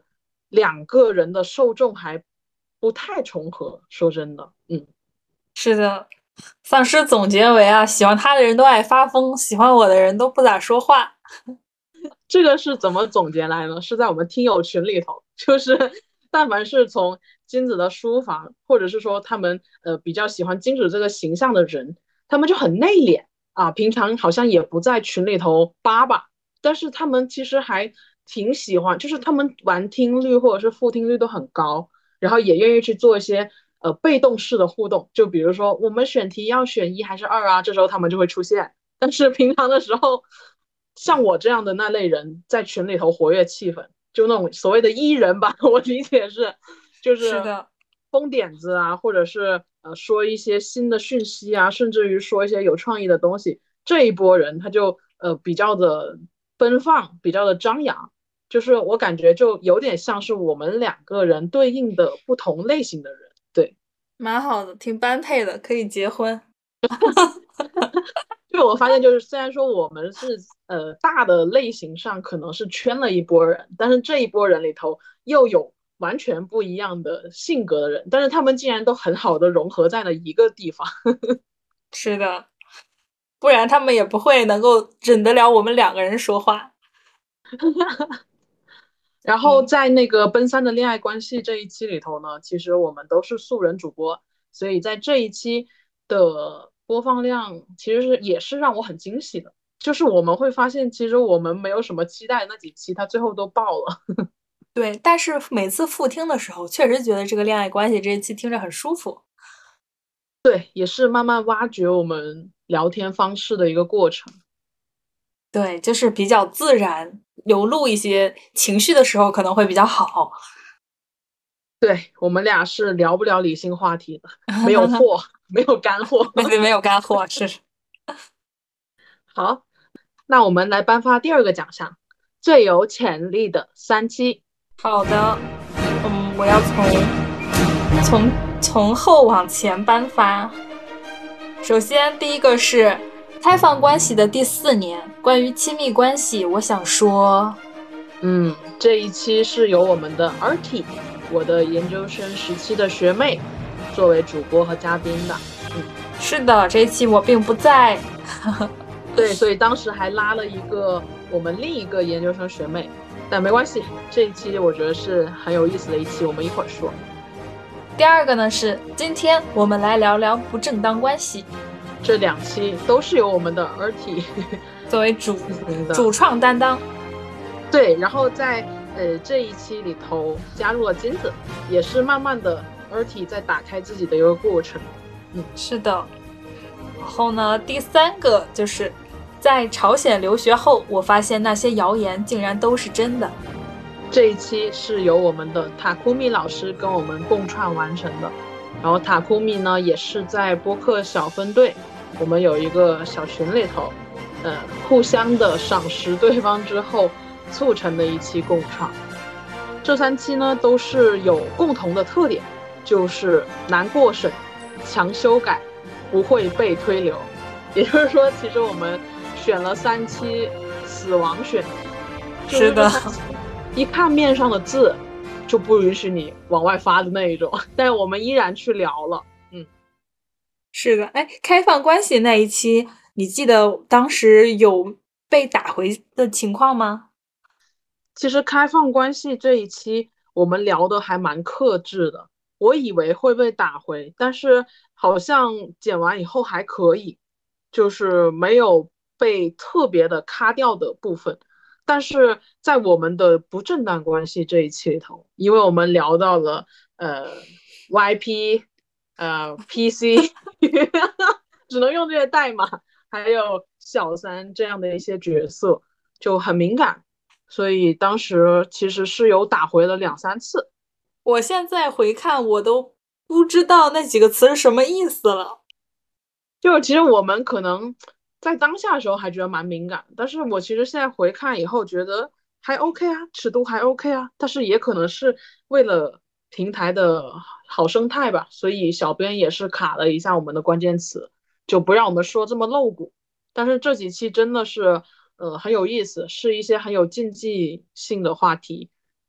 两个人的受众还不太重合，说真的， 是的，丧尸总结为啊，喜欢他的人都爱发疯，喜欢我的人都不咋说话。 这个是怎么总结来呢？是在我们听友群里头，就是但凡是从金子的书房，或者是说他们比较喜欢金子这个形象的人，他们就很内敛啊，平常好像也不在群里头叭叭，但是他们其实还挺喜欢，就是他们完听率或者是复听率都很高，然后也愿意去做一些被动式的互动，就比如说我们选题要选一还是二啊，这时候他们就会出现。但是平常的时候，像我这样的那类人在群里头活跃气氛，就那种所谓的 E 人吧，我理解是，就是是的， 疯点子啊，或者是说一些新的讯息啊，甚至于说一些有创意的东西，这一波人他就比较的奔放，比较的张扬，就是我感觉就有点像是我们两个人对应的不同类型的人，对。 蛮好的，挺般配的，可以结婚。 就我发现，就是虽然说我们是大的类型上可能是圈了一波人，但是这一波人里头又有完全不一样的性格的人，但是他们竟然都很好的融合在了一个地方。 是的，不然他们也不会能够忍得了我们两个人说话。 然后在那个奔三的恋爱关系这一期里头呢，其实我们都是素人主播，所以在这一期的播放量其实是也是让我很惊喜的，就是我们会发现，其实我们没有什么期待那几期，它最后都爆了。 对，但是每次复听的时候，确实觉得这个恋爱关系这一期听着很舒服。 对，也是慢慢挖掘我们聊天方式的一个过程。 对，就是比较自然，流露一些情绪的时候可能会比较好。 对，我们俩是聊不了理性话题的，没有货，没有干货。 没有干货，是。 好，那我们来颁发第二个奖项，最有潜力的三期。 好的，我要从后往前颁发。首先，第一个是开放关系的第4年，关于亲密关系，我想说， 这一期是由我们的 Artie，我的研究生时期的学妹，作为主播和嘉宾的。 是的，这一期我并不在。 对，所以当时还拉了一个我们另一个研究生学妹，但没关系，这一期我觉得是很有意思的一期，我们一会儿说。 第二个呢是今天我们来聊聊不正当关系， 这2期都是由我们的 Artie 作为主创担当。 对，然后在这一期里头加入了金子，也是慢慢的 Artie 在打开自己的一个过程。 是的。然后呢，第3个就是在朝鲜留学后，我发现那些谣言竟然都是真的。 这一期是由我们的塔库米老师跟我们共创完成的，然后塔库米呢也是在播客小分队，我们有一个小群里头，互相的赏识对方之后促成的一期共创。这3期呢都是有共同的特点，就是难过审、强修改，不会被推流。也就是说，其实我们选了3期死亡选题， 是的， 一看面上的字就不允许你往外发的那一种，但是我们依然去聊了。 是的。哎，开放关系那一期，你记得当时有被打回的情况吗？ 其实开放关系这一期我们聊的还蛮克制的，我以为会被打回，但是好像剪完以后还可以，就是没有被特别的卡掉的部分。但是在我们的不正当关系这一期里头，因为我们聊到了YP PC 只能用这些代码，还有小三这样的一些角色，就很敏感。所以当时其实是有打回了2、3次。 我现在回看，我都不知道那几个词是什么意思了。 就其实我们可能在当下的时候还觉得蛮敏感，但是我其实现在回看以后觉得还 OK 啊，尺度还 OK 啊，但是也可能是为了平台的好生态吧，所以小编也是卡了一下我们的关键词，就不让我们说这么露骨。但是这几期真的是很有意思，是一些很有竞技性的话题，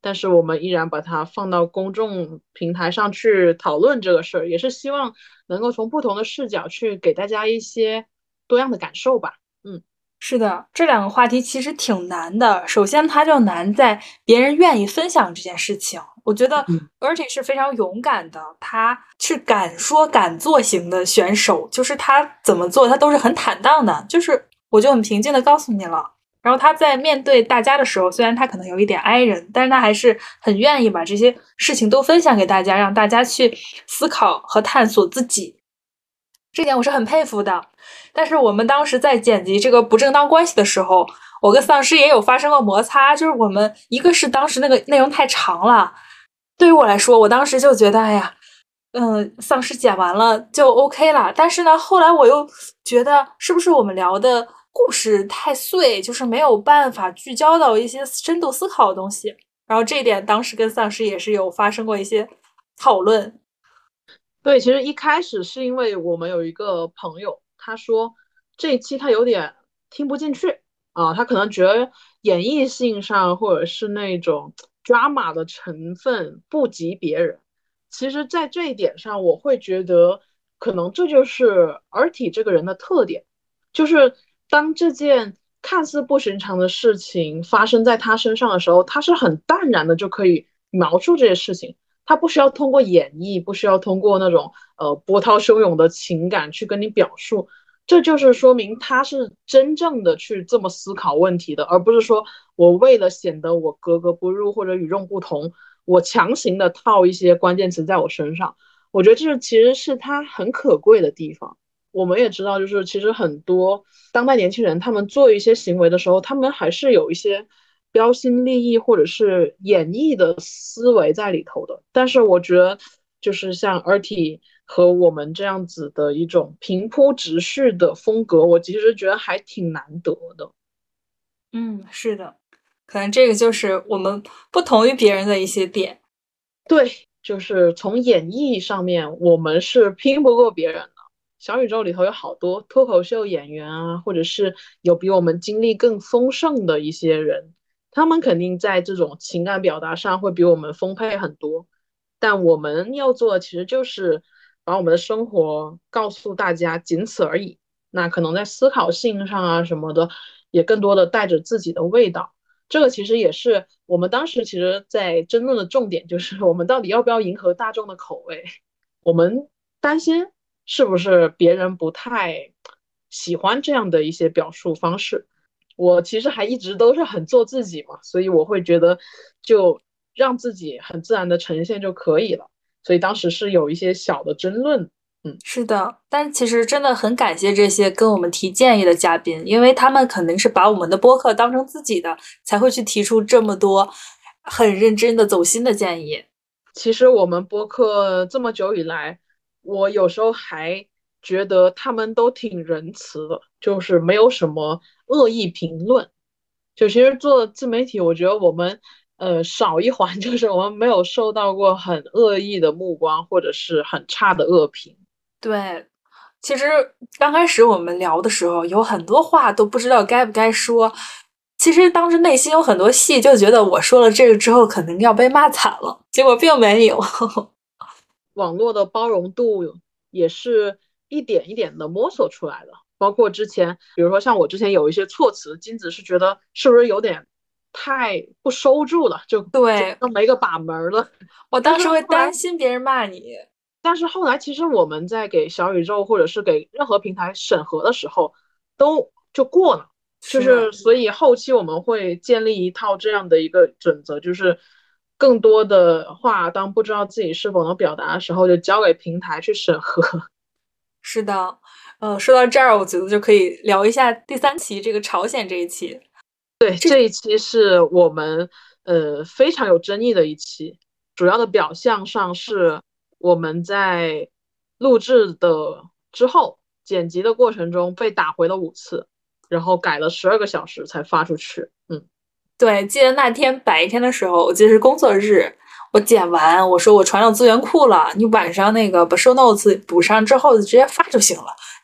但是我们依然把它放到公众平台上去讨论这个事儿，也是希望能够从不同的视角去给大家一些多样的感受吧。 是的，这两个话题其实挺难的。首先，它就难在别人愿意分享这件事情。我觉得 Erty 是非常勇敢的，他是敢说敢做型的选手，就是他怎么做，他都是很坦荡的，就是我就很平静的告诉你了。然后他在面对大家的时候，虽然他可能有一点 i 人，但是他还是很愿意把这些事情都分享给大家，让大家去思考和探索自己。这点我是很佩服的。但是我们当时在剪辑这个不正当关系的时候，我跟丧尸也有发生过摩擦，就是我们一个是当时那个内容太长了，对于我来说，我当时就觉得，哎呀，丧尸剪完了就 OK 了。但是呢，后来我又觉得，是不是我们聊的故事太碎，就是没有办法聚焦到一些深度思考的东西。然后这一点，当时跟丧尸也是有发生过一些讨论。 对，其实一开始是因为我们有一个朋友，他说这一期他有点听不进去啊，他可能觉得演绎性上或者是那种 drama 的成分不及别人。其实，在这一点上，我会觉得可能这就是尔体这个人的特点，就是当这件看似不寻常的事情发生在他身上的时候，他是很淡然的就可以描述这些事情。他不需要通过演绎，不需要通过那种波涛汹涌的情感去跟你表述，这就是说明他是真正的去这么思考问题的，而不是说我为了显得我格格不入或者与众不同，我强行的套一些关键词在我身上。我觉得这其实是他很可贵的地方。我们也知道，就是其实很多当代年轻人他们做一些行为的时候，他们还是有一些标新立异或者是演绎的思维在里头的。但是我觉得，就是像 Erty 和我们这样子的一种平铺直叙的风格，我其实觉得还挺难得的。 是的，可能这个就是我们不同于别人的一些点。 对，就是从演绎上面，我们是拼不过别人的。小宇宙里头有好多脱口秀演员啊，或者是有比我们经历更丰盛的一些人，他们肯定在这种情感表达上会比我们丰沛很多。但我们要做的其实就是把我们的生活告诉大家，仅此而已。那可能在思考性上啊什么的，也更多的带着自己的味道。这个其实也是我们当时其实在争论的重点，就是我们到底要不要迎合大众的口味？我们担心是不是别人不太喜欢这样的一些表述方式。我其实还一直都是很做自己嘛，所以我会觉得就让自己很自然的呈现就可以了。所以当时是有一些小的争论。 是的，但其实真的很感谢这些跟我们提建议的嘉宾，因为他们肯定是把我们的播客当成自己的，才会去提出这么多很认真的走心的建议。 其实我们播客这么久以来，我有时候还觉得他们都挺仁慈的，就是没有什么恶意评论。就其实做自媒体，我觉得我们少一环就是我们没有受到过很恶意的目光，或者是很差的恶评。 对，其实刚开始我们聊的时候，有很多话都不知道该不该说。其实当时内心有很多戏，就觉得我说了这个之后，可能要被骂惨了。结果并没有。 网络的包容度也是一点一点的摸索出来的。包括之前，比如说像我之前有一些措辞，金子是觉得是不是有点太不收住了，就对， 没个把门了。 我但当时会是后来， 担心别人骂你。 但是后来其实我们在给小宇宙或者是给任何平台审核的时候，都就过了。就是所以后期我们会建立一套这样的一个准则，就是更多的话，当不知道自己是否能表达的时候，就交给平台去审核。 是的，说到这儿，我觉得就可以聊一下第三期这个朝鲜这一期。 对，这一期是我们非常有争议的一期，主要的表象上是我们在录制的之后，剪辑的过程中被打回了5次，然后改了12个小时才发出去。 对，记得那天白天的时候，我记得是工作日，我剪完，我说我传到资源库了，你晚上那个把 show notes 补上之后直接发就行了。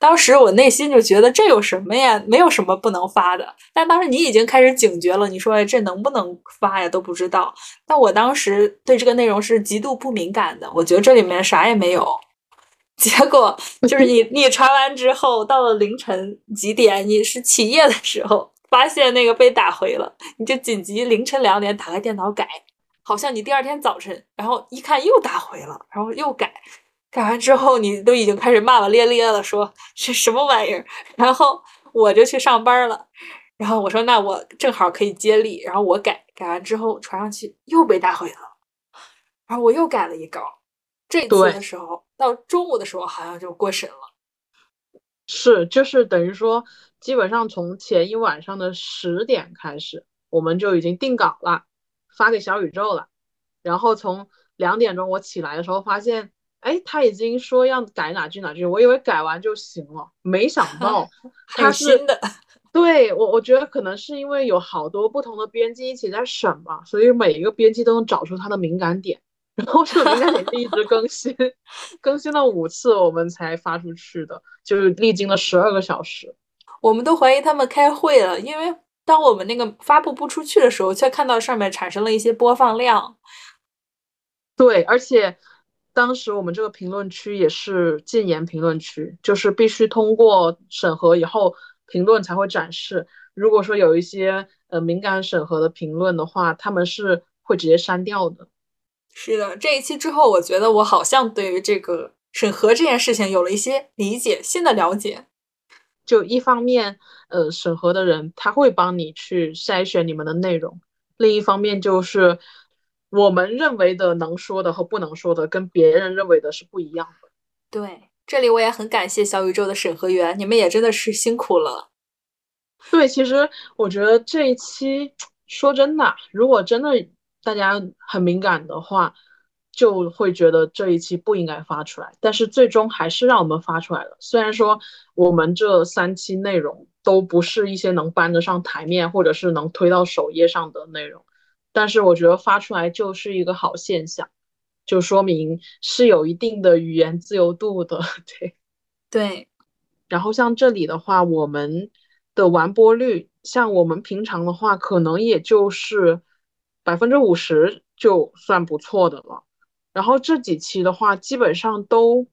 当时我内心就觉得这有什么呀，没有什么不能发的。但当时你已经开始警觉了，你说这能不能发呀都不知道。但我当时对这个内容是极度不敏感的，我觉得这里面啥也没有。结果就是你传完之后，到了凌晨几点，你是起夜的时候，发现那个被打回了，你就紧急凌晨2点打开电脑改，好像你第二天早晨，然后一看又打回了，然后又改，改完之后你都已经开始骂骂咧咧了，说是什么玩意儿，然后我就去上班了，然后我说那我正好可以接力，然后我改完之后传上去又被打回了，然后我又改了一稿，这次的时候到中午的时候好像就过审了。 是，就是等于说，基本上从前一晚上的10点开始，我们就已经定稿了，发给小宇宙了。然后从2点钟我起来的时候，发现，哎，他已经说要改哪句哪句，我以为改完就行了，没想到还有新的。 对，我觉得可能是因为有好多不同的编辑一起在审吧，所以每一个编辑都能找出他的敏感点，然后这个敏感点就一直更新，更新了5次我们才发出去的，就是历经了12个小时。 我们都怀疑他们开会了，因为当我们那个发布不出去的时候，却看到上面产生了一些播放量。 对，而且当时我们这个评论区也是禁言评论区，就是必须通过审核以后评论才会展示。如果说有一些敏感审核的评论的话，他们是会直接删掉的。 是的，这一期之后，我觉得我好像对于这个审核这件事情有了一些理解，新的了解。 就一方面，审核的人他会帮你去筛选你们的内容，另一方面就是我们认为的能说的和不能说的，跟别人认为的是不一样的。 对，这里我也很感谢小宇宙的审核员，你们也真的是辛苦了。 对，其实我觉得这一期说真的，如果真的大家很敏感的话，就会觉得这一期不应该发出来。但是最终还是让我们发出来了。虽然说我们这3期内容都不是一些能搬得上台面，或者是能推到首页上的内容，但是我觉得发出来就是一个好现象，就说明是有一定的语言自由度的。对。 对， 然后像这里的话，我们的完播率，像我们平常的话，可能也就是50%就算不错的了。然后这几期的话，基本上都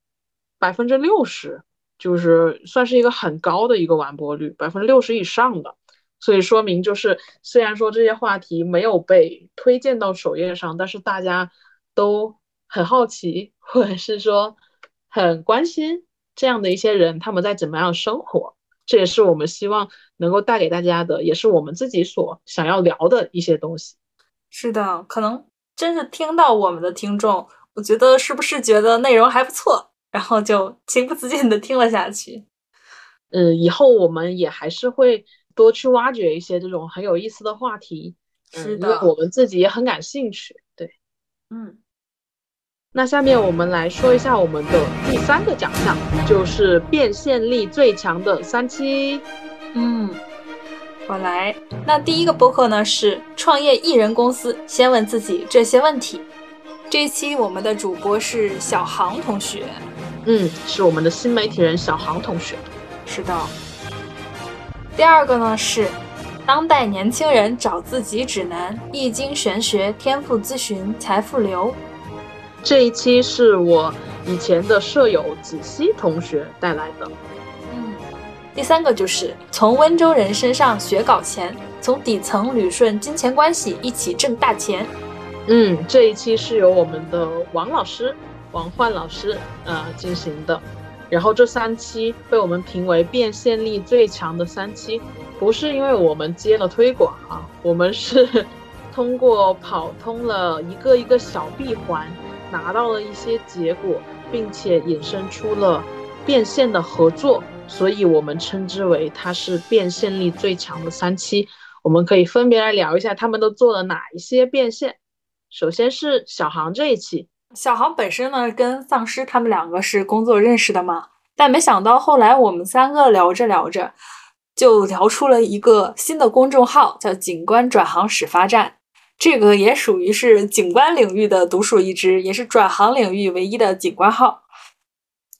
60%，就是算是一个很高的一个完播率，60%以上的。所以说明就是，虽然说这些话题没有被推荐到首页上，但是大家都很好奇，或者是说很关心这样的一些人，他们在怎么样生活。这也是我们希望能够带给大家的，也是我们自己所想要聊的一些东西。 是的，可能真是听到我们的听众，我觉得是不是觉得内容还不错，然后就情不自禁的听了下去。 以后我们也还是会多去挖掘一些这种很有意思的话题。 是因为我的， 们自己也很感兴趣。对。 嗯， 那下面我们来说一下我们的第3个奖项，就是变现力最强的3期。 我来。那第一个播客呢是创业艺人公司，先问自己这些问题。这一期我们的主播是小航同学。 是我们的新媒体人小航同学。 是的。第二个呢是当代年轻人找自己指南，易经玄学天赋咨询财富流。 这一期是我以前的舍友子熙同学带来的。 第3个就是从温州人身上学搞钱，从底层捋顺金钱关系，一起挣大钱。 这一期是由我们的王焕老师进行的。然后这3期被我们评为变现力最强的3期，不是因为我们接了推广我们是通过跑通了一个一个小闭环，拿到了一些结果，并且引申出了变现的合作，所以我们称之为它是变现力最强的3期。我们可以分别来聊一下他们都做了哪一些变现。首先是小航这一期。 小航本身呢跟丧尸他们2个是工作认识的嘛，但没想到后来我们3个聊着聊着就聊出了一个新的公众号，叫景观转行始发站。这个也属于是景观领域的独树一帜，也是转行领域唯一的景观号。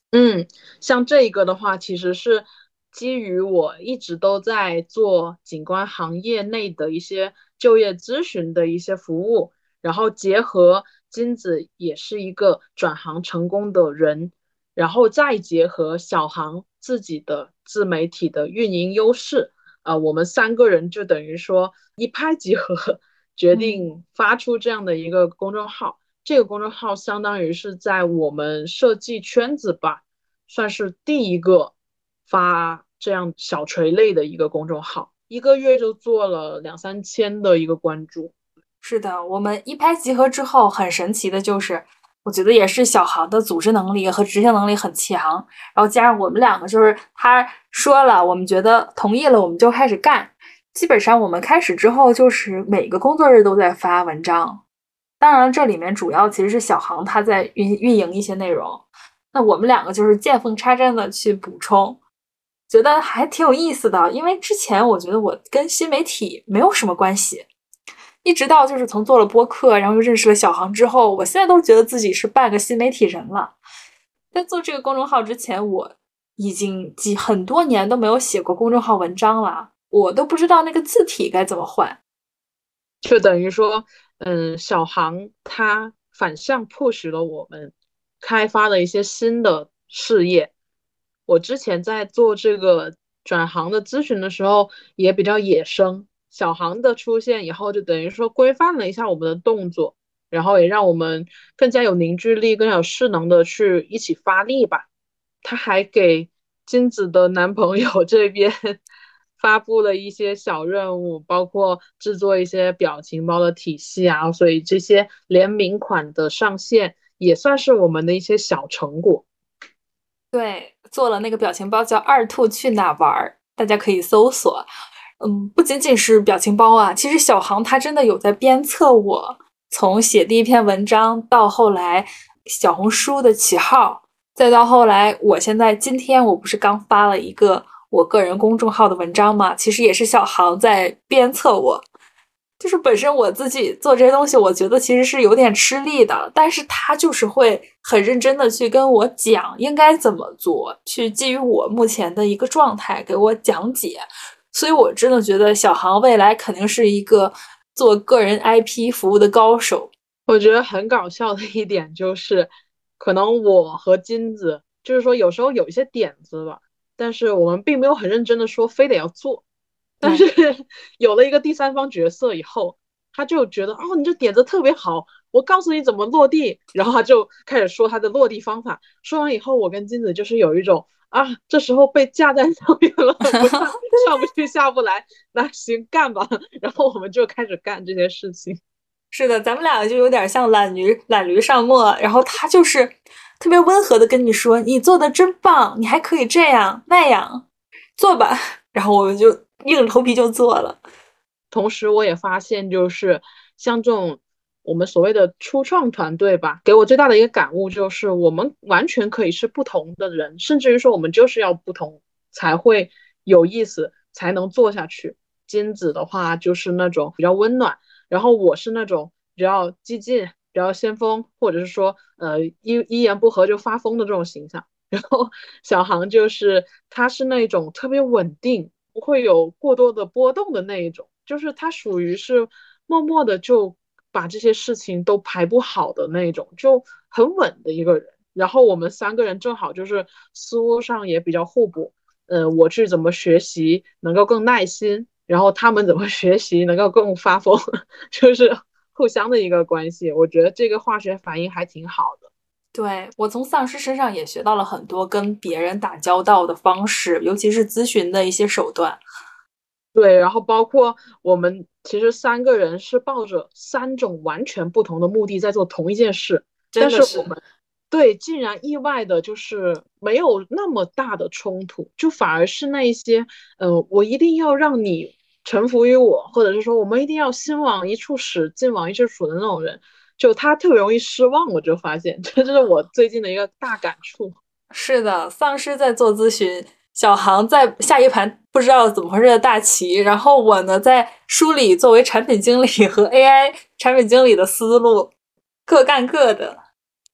嗯，像这一个的话，其实是基于我一直都在做景观行业内的一些就业咨询的一些服务，然后结合金子也是一个转行成功的人，然后再结合小航自己的自媒体的运营优势，我们三个人就等于说一拍即合，决嗯。 定发出这样的一个公众号。这个公众号相当于是在我们设计圈子吧。算是第一个发这样小垂类的一个公众号，一个月就做了2、3千的一个关注。 是的，我们一拍即合之后，很神奇的就是，我觉得也是小航的组织能力和执行能力很强，然后加上我们两个就是他说了，我们觉得同意了，我们就开始干。基本上我们开始之后，就是每个工作日都在发文章。当然，这里面主要其实是小航他在运营一些内容，那我们两个就是见缝插针的去补充，觉得还挺有意思的。因为之前我觉得我跟新媒体没有什么关系。一直到就是从做了播客，然后又认识了小航之后，我现在都觉得自己是半个新媒体人了。在做这个公众号之前，我已经很多年都没有写过公众号文章了，我都不知道那个字体该怎么换。 就等于说，小航他反向 push 了我们开发了一些新的事业。我之前在做这个转行的咨询的时候也比较野生，小航的出现以后，就等于说规范了一下我们的动作，然后也让我们更加有凝聚力、更加有势能的去一起发力吧。他还给金子的男朋友这边发布了一些小任务，包括制作一些表情包的体系啊，所以这些联名款的上线也算是我们的一些小成果。 对，做了那个表情包叫“二兔去哪玩”，大家可以搜索。不仅仅是表情包啊，其实小航他真的有在鞭策我，从写第一篇文章到后来小红书的起号，再到后来我现在今天我不是刚发了一个我个人公众号的文章嘛，其实也是小航在鞭策我。就是本身我自己做这些东西，我觉得其实是有点吃力的，但是他就是会很认真的去跟我讲应该怎么做，去基于我目前的一个状态给我讲解。所以我真的觉得小航未来肯定是一个做个人 IP 服务的高手。 我觉得很搞笑的一点就是，可能我和金子就是说有时候有一些点子吧，但是我们并没有很认真的说非得要做。但是对， 有了一个第三方角色以后，他就觉得哦，你这点子特别好，我告诉你怎么落地，然后他就开始说他的落地方法。说完以后，我跟金子就是有一种啊，这时候被架在上面了，不上不去下不来，那行干吧，然后我们就开始干这些事情。 是的，咱们俩就有点像懒驴上磨，然后他就是特别温和的跟你说：“你做的真棒，你还可以这样那样，做吧。”然后我们就硬着头皮就做了。 同时，我也发现，就是像这种我们所谓的初创团队吧，给我最大的一个感悟就是，我们完全可以是不同的人，甚至于说，我们就是要不同才会有意思，才能做下去。金子的话就是那种比较温暖，然后我是那种比较激进、比较先锋，或者是说一言不合就发疯的这种形象。然后小航就是他是那种特别稳定，不会有过多的波动的那一种，就是他属于是默默的就把这些事情都排不好的那一种，就很稳的一个人。然后我们三个人正好就是思路上也比较互补，我去怎么学习能够更耐心，然后他们怎么学习能够更发疯，就是互相的一个关系。我觉得这个化学反应还挺好的。 对，我从丧尸身上也学到了很多跟别人打交道的方式，尤其是咨询的一些手段。 对，然后包括我们其实三个人是抱着3种完全不同的目的在做同一件事，但真的是。 是我们对竟然意外的就是没有那么大的冲突，就反而是那一些我一定要让你臣服于我，或者是说我们一定要心往一处使，劲往一处使的那种人，就他特别容易失望。我就发现，这就是我最近的一个大感触。 是的，丧尸在做咨询，小航在下一盘不知道怎么回事的大棋，然后我呢在梳理作为产品经理和 AI 产品经理的思路，各干各的。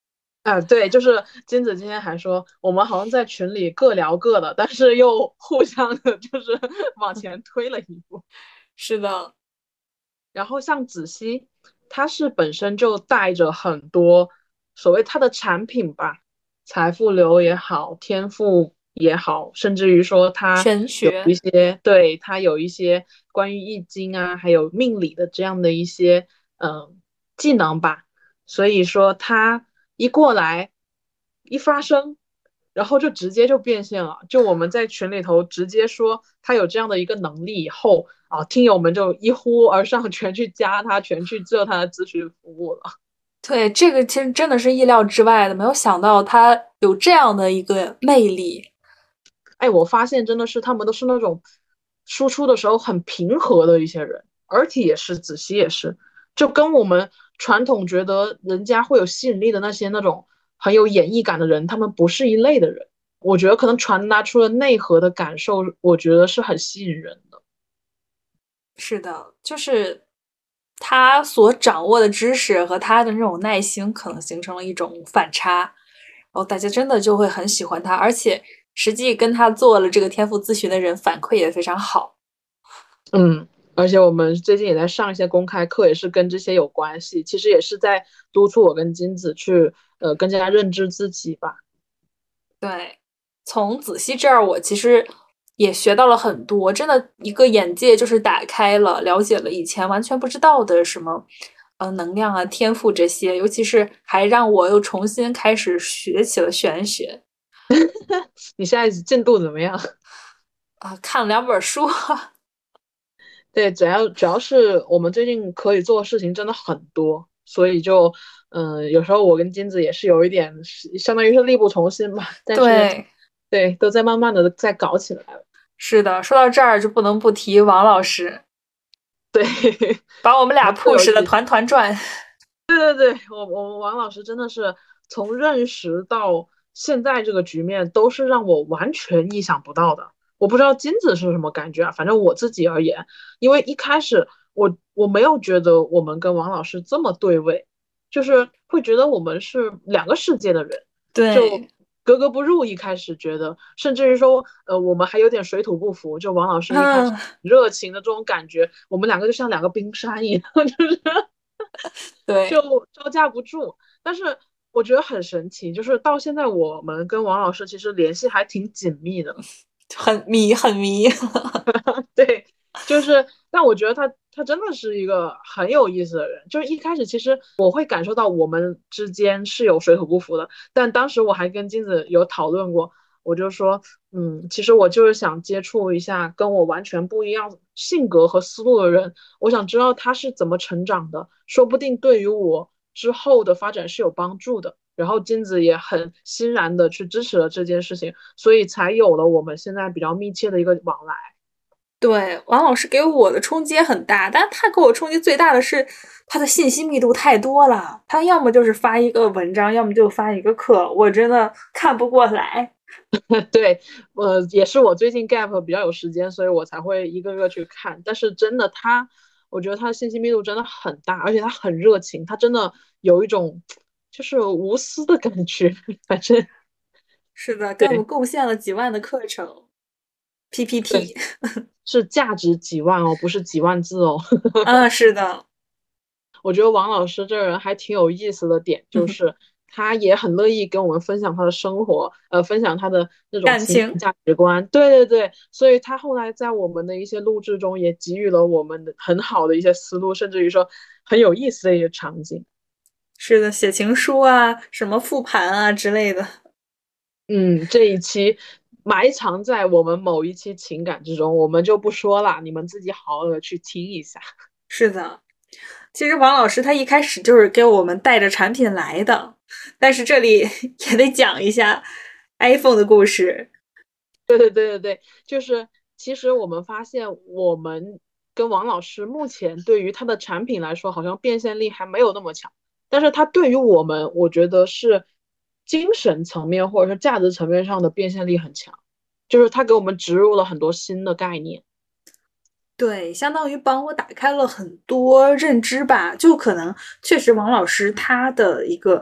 对，就是金子今天还说，我们好像在群里各聊各的，但是又互相的，就是往前推了一步。 是的， 然后像子熙，他是本身就带着很多所谓他的产品吧，财富流也好，天赋也好，甚至于说他有一玄学。 些，对，他有一些关于易经啊，还有命理的这样的一些技能吧。所以说他一过来一发声，然后就直接就变现了。就我们在群里头直接说他有这样的一个能力以后啊，听友们就一呼而上，全去加他，全去做他的咨询服务了。 对，这个其实真的是意料之外的，没有想到他有这样的一个魅力。 哎，我发现真的是他们都是那种输出的时候很平和的一些人，而且也是，子熙也是，就跟我们传统觉得人家会有吸引力的那些那种很有演绎感的人，他们不是一类的人。我觉得可能传达出了内核的感受，我觉得是很吸引人的。 是的，就是他所掌握的知识和他的那种耐心，可能形成了一种反差，然后大家真的就会很喜欢他，而且实际跟他做了这个天赋咨询的人反馈也非常好。 嗯，而且我们最近也在上一些公开课，也是跟这些有关系。其实也是在督促我跟金子去更加认知自己吧。 对，从子熙这儿，我其实也学到了很多，真的一个眼界就是打开了，了解了以前完全不知道的什么，能量啊、天赋这些，尤其是还让我又重新开始学起了玄学你现在进度怎么样？ 啊，看了2本书。 对，主要是我们最近可以做的事情真的很多，所以就有时候我跟金子也是有一点相当于是力不从心吧，但是对， 对，都在慢慢的在搞起来了。 是的，说到这儿就不能不提王老师， 对， 把我们俩然后又有 push 的几团团转。 对，我王老师真的是从认识到现在这个局面，都是让我完全意想不到的。我不知道金子是什么感觉啊，反正我自己而言，因为一开始我没有觉得我们跟王老师这么对位，就是会觉得我们是两个世界的人，就对， 格格不入。一开始觉得，甚至于说，我们还有点水土不服。就王老师一开始嗯， 热情的这种感觉，我们两个就像两个冰山一样，就是。 对， 就招架不住。但是我觉得很神奇，就是到现在我们跟王老师其实联系还挺紧密的。 很迷，很迷。 对，就是，但我觉得他真的是一个很有意思的人。就是一开始其实我会感受到我们之间是有水土不服的，但当时我还跟金子有讨论过，我就说，其实我就是想接触一下跟我完全不一样性格和思路的人，我想知道他是怎么成长的，说不定对于我之后的发展是有帮助的。然后金子也很欣然的去支持了这件事情，所以才有了我们现在比较密切的一个往来。 对，王老师给我的冲击很大，但他给我冲击最大的是他的信息密度太多了。他要么就是发一个文章，要么就发一个课，我真的看不过来。 对，也是我最近 gap 比较有时间，所以我才会一个个去看。但是真的他，我觉得他的信息密度真的很大，而且他很热情，他真的有一种就是无私的感觉。反正是的，给我们对贡献了几万的课程对， PPT。 是价值几万哦，不是几万字哦。 嗯，是的， 我觉得王老师这人还挺有意思的点，就是他也很乐意跟我们分享他的生活，分享他的那种感情情感价值观。对，所以他后来在我们的一些录制中也给予了我们的很好的一些思路，甚至于说很有意思的一些场景。 是的，写情书啊，什么复盘啊之类的。 这一期埋藏在我们某一期情感之中，我们就不说了，你们自己好好的去听一下。 是的，其实王老师他一开始就是给我们带着产品来的，但是这里也得讲一下 iPhone 的故事。 对，就是其实我们发现，我们跟王老师目前对于他的产品来说，好像变现力还没有那么强，但是他对于我们，我觉得是精神层面或者是价值层面上的变现力很强，就是他给我们植入了很多新的概念。 对，相当于帮我打开了很多认知吧。就可能确实王老师他的一个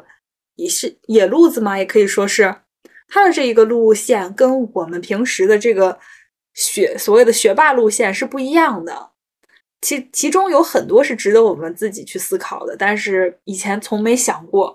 也是野路子嘛，也可以说是他的这一个路线跟我们平时的这个所谓的学霸路线是不一样的。其中有很多是值得我们自己去思考的，但是以前从没想过。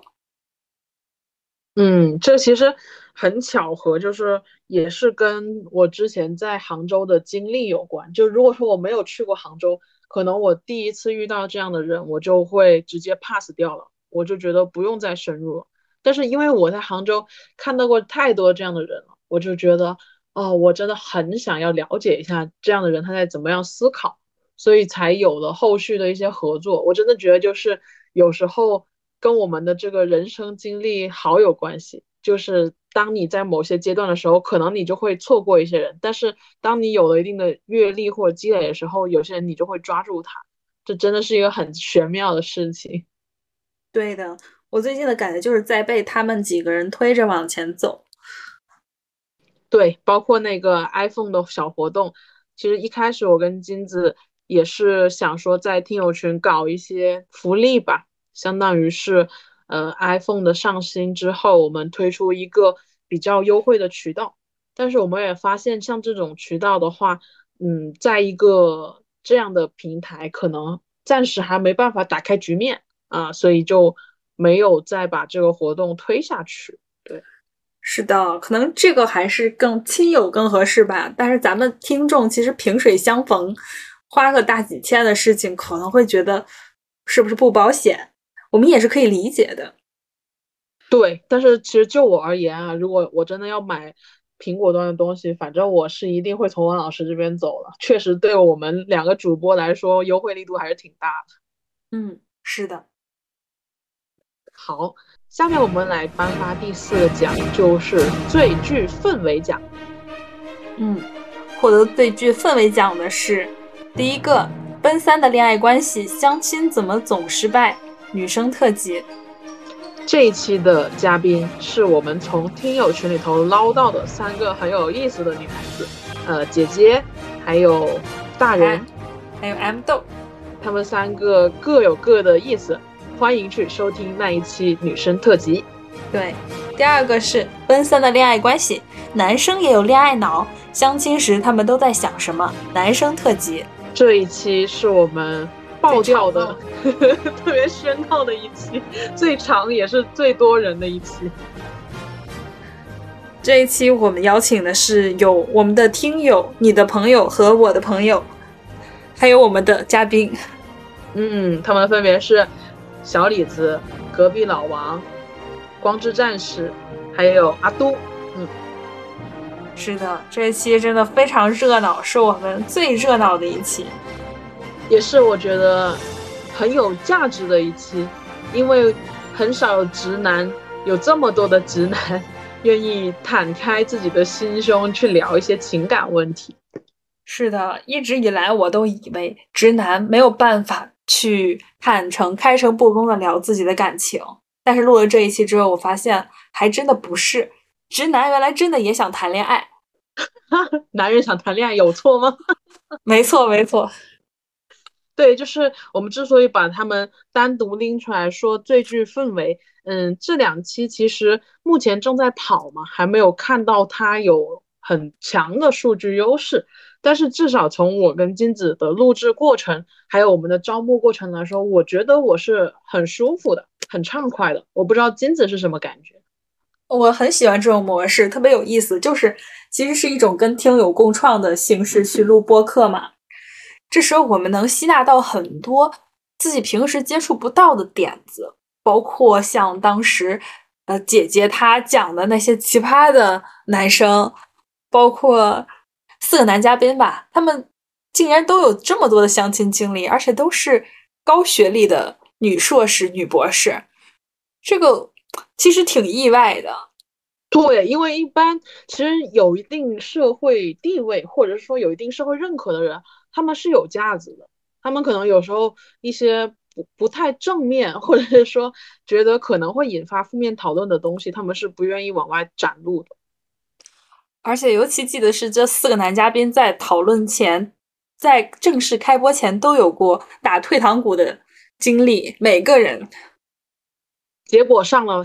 这其实很巧合，就是也是跟我之前在杭州的经历有关。就如果说我没有去过杭州，可能我第一次遇到这样的人，我就会直接 pass 掉了，我就觉得不用再深入了。但是因为我在杭州看到过太多这样的人了，我就觉得，哦，我真的很想要了解一下这样的人他在怎么样思考，所以才有了后续的一些合作。我真的觉得就是有时候跟我们的这个人生经历好有关系。就是当你在某些阶段的时候，可能你就会错过一些人，但是当你有了一定的阅历或者积累的时候，有些人你就会抓住他。这真的是一个很玄妙的事情。 对的，我最近的感觉就是在被他们几个人推着往前走。 对，包括那个 iPhone 的小活动，其实一开始我跟金子也是想说在听友群搞一些福利吧，相当于是iPhone 的上新之后，我们推出一个比较优惠的渠道。但是我们也发现，像这种渠道的话，在一个这样的平台，可能暂时还没办法打开局面啊，所以就没有再把这个活动推下去。对。 是的，可能这个还是更亲友更合适吧。但是咱们听众其实萍水相逢，花个大几千的事情，可能会觉得是不是不保险？我们也是可以理解的。 对，但是其实就我而言啊，如果我真的要买苹果端的东西，反正我是一定会从王老师这边走了。确实，对我们两个主播来说，优惠力度还是挺大的。 是的。 好，下面我们来颁发第四个奖，就是最具氛围奖。 获得最具氛围奖的是第一个奔三的恋爱关系，相亲怎么总失败？女生特辑。 这一期的嘉宾是我们从听友群里头捞到的三个很有意思的女孩子，姐姐，还有大人， 还有 M 豆， 她们三个各有各的意思，欢迎去收听那一期女生特辑。 对，第二个是奔三的恋爱关系，男生也有恋爱脑，相亲时他们都在想什么？男生特辑。 这一期是我们爆掉的特别喧闹的一期，最长也是最多人的一期。 这一期我们邀请的是有我们的听友、你的朋友和我的朋友，还有我们的嘉宾。 他们分别是小李子、隔壁老王、光之战士，还有阿都。 是的，这一期真的非常热闹，是我们最热闹的一期， 也是我觉得很有价值的一期，因为很少有直男，有这么多的直男愿意坦开自己的心胸去聊一些情感问题。 是的，一直以来我都以为直男没有办法去坦诚、开诚布公的聊自己的感情，但是录了这一期之后，我发现还真的不是。直男原来真的也想谈恋爱。 男人想谈恋爱有错吗？ 没错没错。 对，就是我们之所以把他们单独拎出来说最具氛围，这两期其实目前正在跑嘛，还没有看到它有很强的数据优势，但是至少从我跟金子的录制过程，还有我们的招募过程来说，我觉得我是很舒服的，很畅快的。我不知道金子是什么感觉。 我很喜欢这种模式，特别有意思，就是其实是一种跟听友共创的形式去录播客嘛。这时候我们能吸纳到很多自己平时接触不到的点子，包括像当时姐姐她讲的那些奇葩的男生，包括四个男嘉宾吧，他们竟然都有这么多的相亲经历，而且都是高学历的女硕士、女博士，这个其实挺意外的。 对，因为一般其实有一定社会地位，或者说有一定社会认可的人，他们是有架子的。他们可能有时候一些不太正面，或者是说觉得可能会引发负面讨论的东西，他们是不愿意往外展露的。 而且尤其记得是这四个男嘉宾在讨论前，在正式开播前都有过打退堂鼓的经历，每个人。 结果上了线，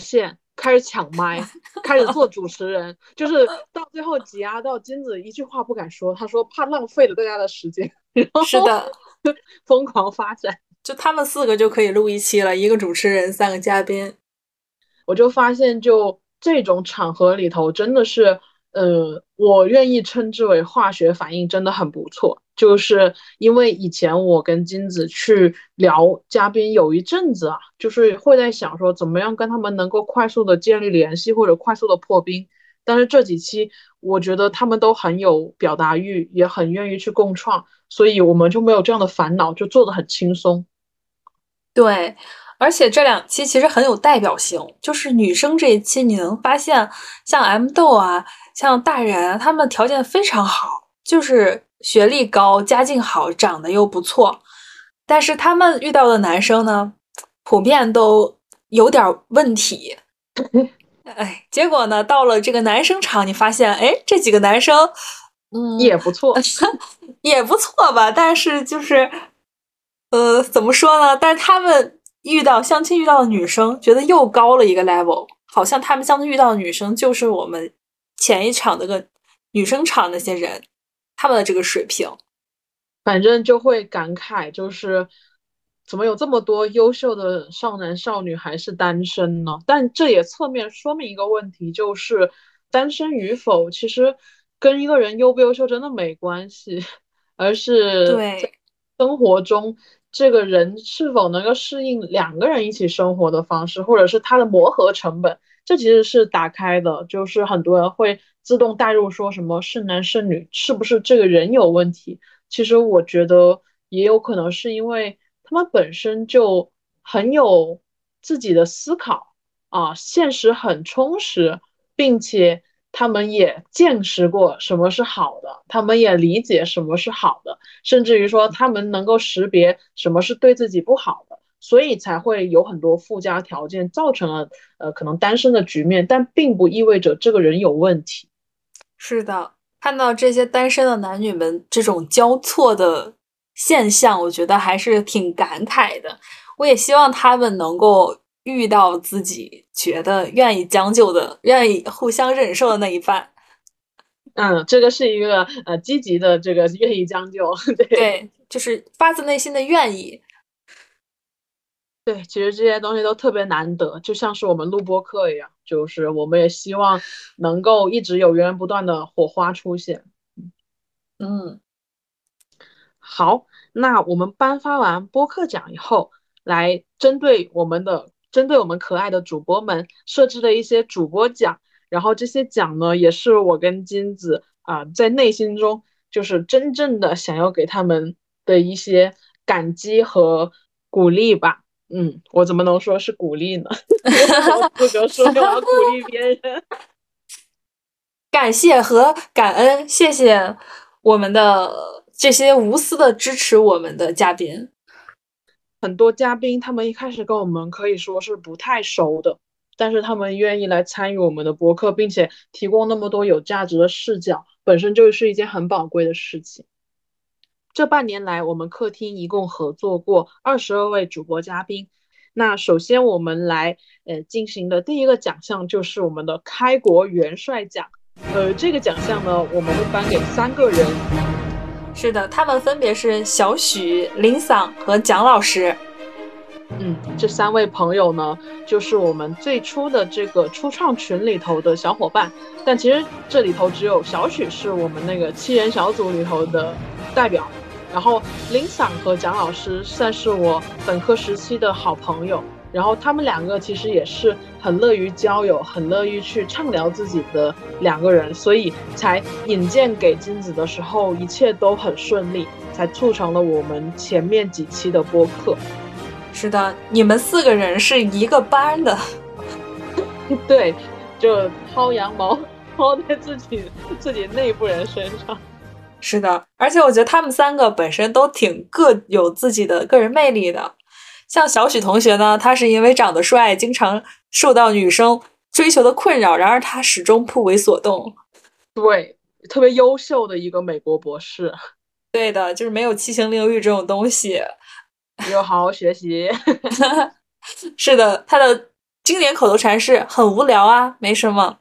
开始抢麦，开始做主持人，就是到最后挤压到金子一句话不敢说，他说怕浪费了大家的时间，然后是的， 疯狂发展。 就他们4个就可以录一期了，一个主持人，3个嘉宾。 我就发现，就这种场合里头，真的是，我愿意称之为化学反应真的很不错。就是因为以前我跟金子去聊嘉宾，有一阵子啊，就是会在想说，怎么样跟他们能够快速的建立联系，或者快速的破冰。但是这几期，我觉得他们都很有表达欲，也很愿意去共创，所以我们就没有这样的烦恼，就做得很轻松。 对，而且这2期其实很有代表性，就是女生这一期，你能发现像 M 豆啊，像大然啊，他们条件非常好，就是学历高、家境好、长得又不错，但是他们遇到的男生呢，普遍都有点问题。哎，结果呢，到了这个男生场，你发现，哎，这几个男生， 也不错， 也不错吧，但是就是，怎么说呢？但是他们相亲遇到的女生，觉得又高了一个 level，好像他们相亲遇到的女生就是我们前一场那个女生场那些人，他们的这个水平。 反正就会感慨，就是怎么有这么多优秀的少男少女还是单身呢？但这也侧面说明一个问题，就是单身与否其实跟一个人优不优秀真的没关系，而是在对， 生活中这个人是否能够适应两个人一起生活的方式，或者是他的磨合成本，这其实是打开的。就是很多人会自动带入说什么是男是女，是不是这个人有问题？其实我觉得也有可能是因为他们本身就很有自己的思考啊，现实很充实，并且他们也见识过什么是好的，他们也理解什么是好的，甚至于说他们能够识别什么是对自己不好的，所以才会有很多附加条件造成了可能单身的局面，但并不意味着这个人有问题。 是的，看到这些单身的男女们这种交错的现象，我觉得还是挺感慨的。我也希望他们能够遇到自己觉得愿意将就的、愿意互相忍受的那一半。 这个是一个积极的这个愿意将就，对。 对，就是发自内心的愿意。 对，其实这些东西都特别难得，就像是我们录播课一样，就是我们也希望能够一直有源源不断的火花出现。 嗯好，那我们颁发完播客奖以后，来针对我们可爱的主播们设置的一些主播奖，然后这些奖呢，也是我跟金子在内心中就是真正的想要给他们的一些感激和鼓励吧。我怎么能说是鼓励呢？我有什么资格说我要鼓励别人？ 感谢和感恩，谢谢我们的这些无私的支持我们的嘉宾。 很多嘉宾他们一开始跟我们可以说是不太熟的，但是他们愿意来参与我们的播客，并且提供那么多有价值的视角，本身就是一件很宝贵的事情。这半年来，我们客厅一共合作过22位主播嘉宾。那首先我们来进行的第一个奖项就是我们的开国元帅奖。这个奖项呢，我们会颁给3个人。 是的，他们分别是小许、林桑和蒋老师。 这3位朋友呢，就是我们最初的这个初创群里头的小伙伴，但其实这里头只有小许是我们那个7人小组里头的代表，然后林桑和蒋老师算是我本科时期的好朋友，然后他们2个其实也是很乐于交友，很乐于去畅聊自己的2个人，所以才引荐给金子的时候，一切都很顺利，才促成了我们前面几期的播客。 是的，你们4个人是一个班的。 对，就薅羊毛薅在自己内部人身上。 是的，而且我觉得他们3个本身都挺各有自己的个人魅力的。像小许同学呢，他是因为长得帅，经常受到女生追求的困扰，然而他始终不为所动。 对，特别优秀的一个美国博士。 对的，就是没有七情六欲这种东西。 你要好好学习。 是的，他的经典口头禅是很无聊啊，没什么。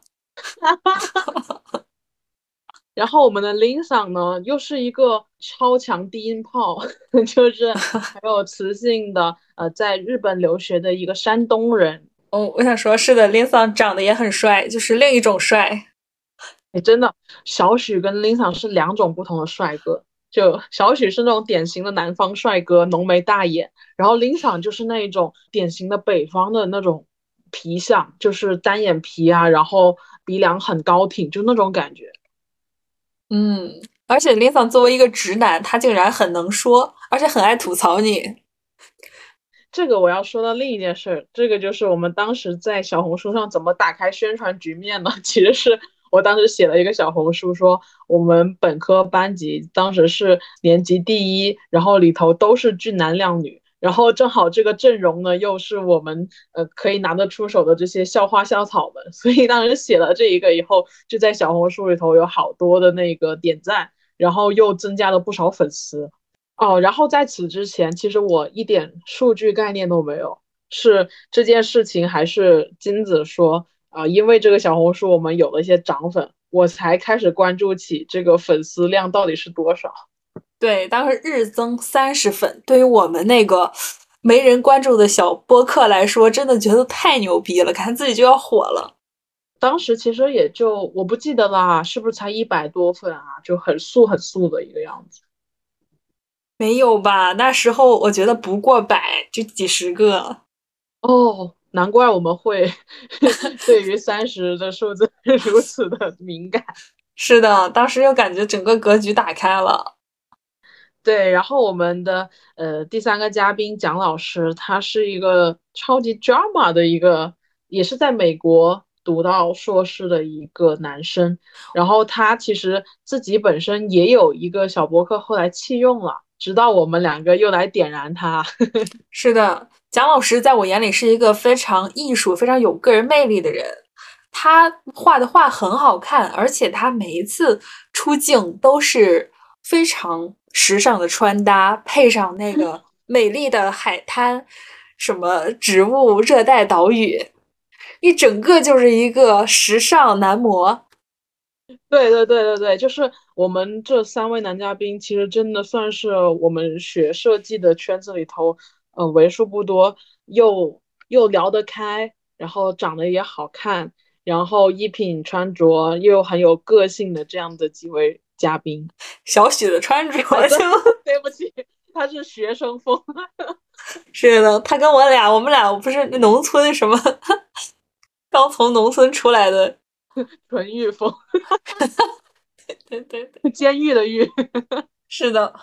然后我们的 Lin 嗓呢，又是一个超强低音炮，就是还有磁性的，在日本留学的一个山东人。 哦，我想说，是的，林桑长得也很帅，就是另一种帅。 哎，真的，小许跟 Lin 嗓是两种不同的帅哥。就小许是那种典型的南方帅哥，浓眉大眼，然后 Lin 嗓就是那一种典型的北方的那种皮相，就是单眼皮啊，然后鼻梁很高挺，就那种感觉。 嗯，而且林桑作为一个直男，他竟然很能说，而且很爱吐槽你。 这个我要说到另一件事，这个就是我们当时在小红书上怎么打开宣传局面呢？其实是我当时写了一个小红书，说我们本科班级当时是年级第一，然后里头都是俊男靓女，然后正好这个阵容呢又是我们可以拿得出手的这些校花校草们，所以当时写了这一个以后，就在小红书里头有好多的那个点赞，然后又增加了不少粉丝。哦，然后在此之前，其实我一点数据概念都没有，是这件事情还是金子说因为这个小红书我们有了一些涨粉，我才开始关注起这个粉丝量到底是多少。 对，当时日增30粉，对于我们那个没人关注的小播客来说，真的觉得太牛逼了，感觉自己就要火了。 当时其实也就我不记得啦，是不是才100多粉啊？就很素很素的一个样子。 没有吧？那时候我觉得不过百，就几十个。 哦，难怪我们会对于30的数字如此的敏感。 是的，当时又感觉整个格局打开了。 对，然后我们的第三个嘉宾蒋老师，他是一个超级 drama 的一个，也是在美国读到硕士的一个男生。然后他其实自己本身也有一个小博客，后来弃用了，直到我们两个又来点燃他。 是的，蒋老师在我眼里是一个非常艺术、非常有个人魅力的人。他画的画很好看，而且他每一次出镜都是非常时尚的穿搭，配上那个美丽的海滩，什么植物、热带岛屿，一整个就是一个时尚男模。 对对对对对，就是我们这3位男嘉宾，其实真的算是我们学设计的圈子里头，为数不多又聊得开，然后长得也好看，然后衣品穿着又很有个性的这样的几位嘉宾。 小许的穿着好的， 就对不起，他是学生风。 是的，他跟我们俩不是农村什么，刚从农村出来的。 纯欲风， 对对对， 监狱的狱。 是的。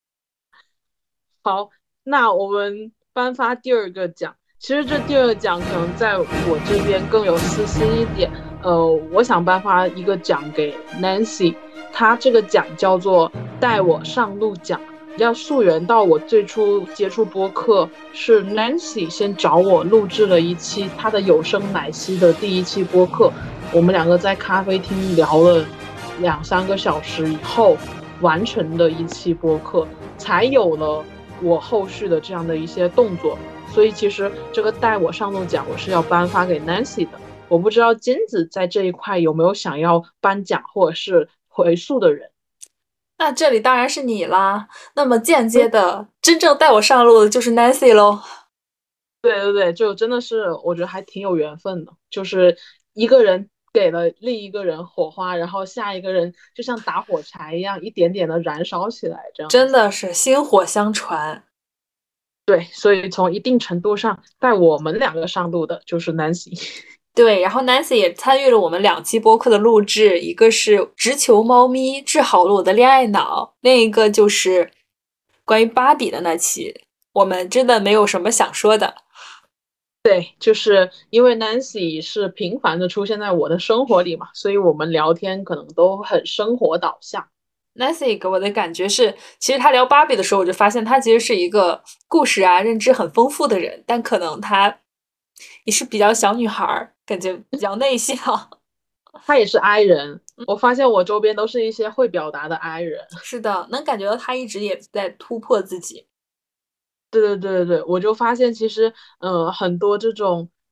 好，那我们颁发第二个奖。其实这第二个奖可能在我这边更有私心一点。我想颁发一个奖给 Nancy，她这个奖叫做“带我上路奖”。要溯源到我最初接触播客，是 Nancy 先找我录制了一期她的有声奶昔的第1期播客。我们两个在咖啡厅聊了2、3个小时以后，完成的一期播客，才有了我后续的这样的一些动作。所以其实这个带我上路奖我是要颁发给 Nancy 的。我不知道金子在这一块有没有想要颁奖或者是回溯的人。 那这里当然是你啦。那么间接的，真正带我上路的就是 Nancy 喽。 对对对，就真的是我觉得还挺有缘分的，就是一个人给了另一个人火花，然后下一个人就像打火柴一样，一点点的燃烧起来，这样子。 真的是薪火相传。 对，所以从一定程度上带我们两个上路的就是 Nancy。 对，然后 Nancy 也参与了我们2期播客的录制，一个是直球猫咪治好了我的恋爱脑，另一个就是关于芭比的那期。我们真的没有什么想说的。 对，就是因为 Nancy 是频繁的出现在我的生活里嘛，所以我们聊天可能都很生活导向。 Nancy 给我的感觉是，其实他聊芭比的时候，我就发现他其实是一个故事啊、认知很丰富的人，但可能他也是比较小女孩，感觉比较内向。 他也是 I 人，我发现我周边都是一些会表达的 I 人。 是的，能感觉到他一直也在突破自己。 对对对对对，我就发现其实，很多这种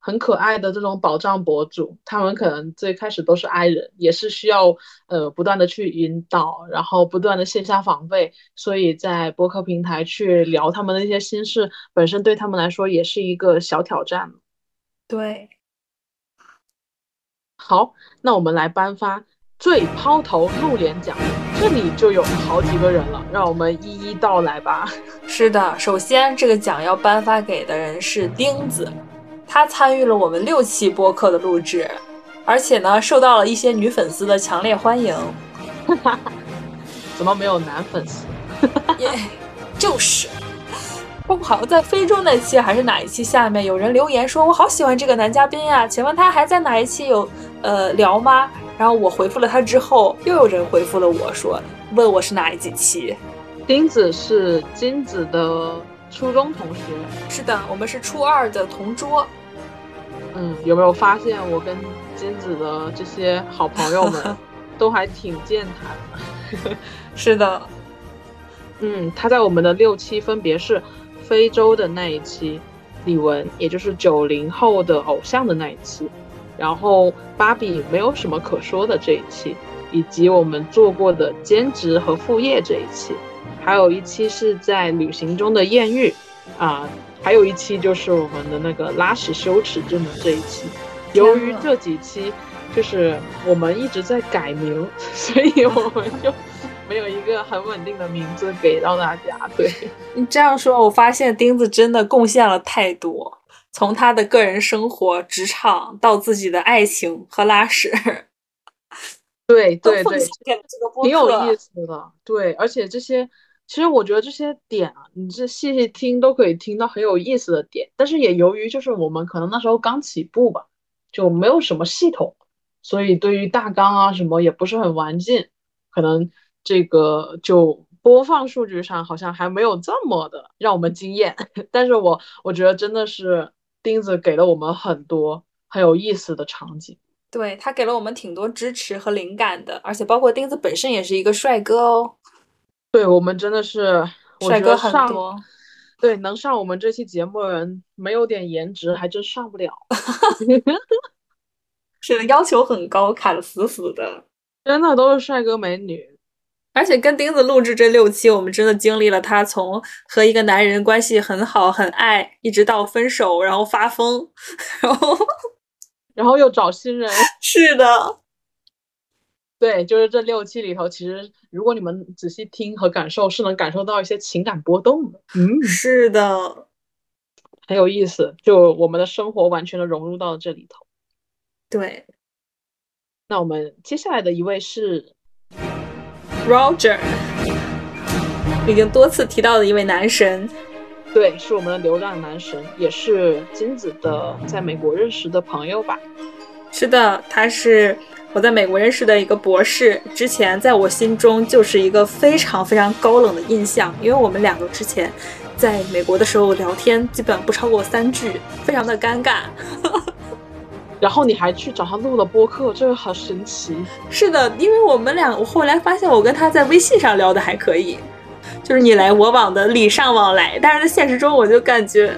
很可爱的这种宝藏博主，他们可能最开始都是 i 人，也是需要不断的去引导，然后不断的线下访问，所以在播客平台去聊他们的一些心事，本身对他们来说也是一个小挑战。 对， 好，那我们来颁发最抛头露脸奖，这里就有好几个人了，让我们一一道来吧。 是的，首先这个奖要颁发给的人是钉子，他参与了我们6期播客的录制，而且呢受到了一些女粉丝的强烈欢迎。 怎么没有男粉丝？ 就是包括好像在非洲那期还是哪一期下面有人留言说我好喜欢这个男嘉宾呀，请问他还在哪一期有聊吗？然后我回复了他之后，又有人回复了我说问我是哪几期。 钉子是金子的初中同学。 是的，我们是初2的同桌。 有没有发现我跟金子的这些好朋友们都还挺健谈的？ 是的。 他在我们的6期分别是非洲的那一期，李玟也就是90后的偶像的那一期，然后芭比没有什么可说的这一期，以及我们做过的兼职和副业这一期，还有一期是在旅行中的艳遇还有一期就是我们的那个拉屎羞耻症的这一期。由于这几期就是我们一直在改名，所以我们就没有一个很稳定的名字给到大家。对， 你这样说，我发现钉子真的贡献了太多，从他的个人生活、职场到自己的爱情和拉屎。 对， 挺有意思的。对，而且这些其实我觉得这些点你这细细听都可以听到很有意思的点，但是也由于就是我们可能那时候刚起步吧，就没有什么系统，所以对于大纲什么也不是很完尽，可能这个就播放数据上好像还没有这么的让我们惊艳。但是我觉得真的是钉子给了我们很多很有意思的场景。 对，他给了我们挺多支持和灵感的，而且包括钉子本身也是一个帅哥哦。 对，我们真的是帅哥很多。 对，能上我们这期节目的人没有点颜值还真上不了。 是的，要求很高，卡得死死的， 真的都是帅哥美女。 而且跟钉子录制这6期，我们真的经历了他从和一个男人关系很好很爱，一直到分手，然后发疯， 然后又找新人。 是的。 对，就是这6期里头，其实如果你们仔细听和感受，是能感受到一些情感波动的。 是的， 很有意思，就我们的生活完全的融入到了这里头。 对。 那我们接下来的一位是 Roger， 已经多次提到的一位男神。 对，是我们的流浪男神，也是金子的在美国认识的朋友吧。 是的，他是我在美国认识的一个博士，之前在我心中就是一个非常非常高冷的印象，因为我们2个之前在美国的时候聊天基本不超过3句，非常的尴尬。 然后你还去找他录了播客，这个很神奇。 是的，因为我后来发现我跟他在微信上聊的还可以，就是你来我往的礼尚往来，但是在现实中我就感觉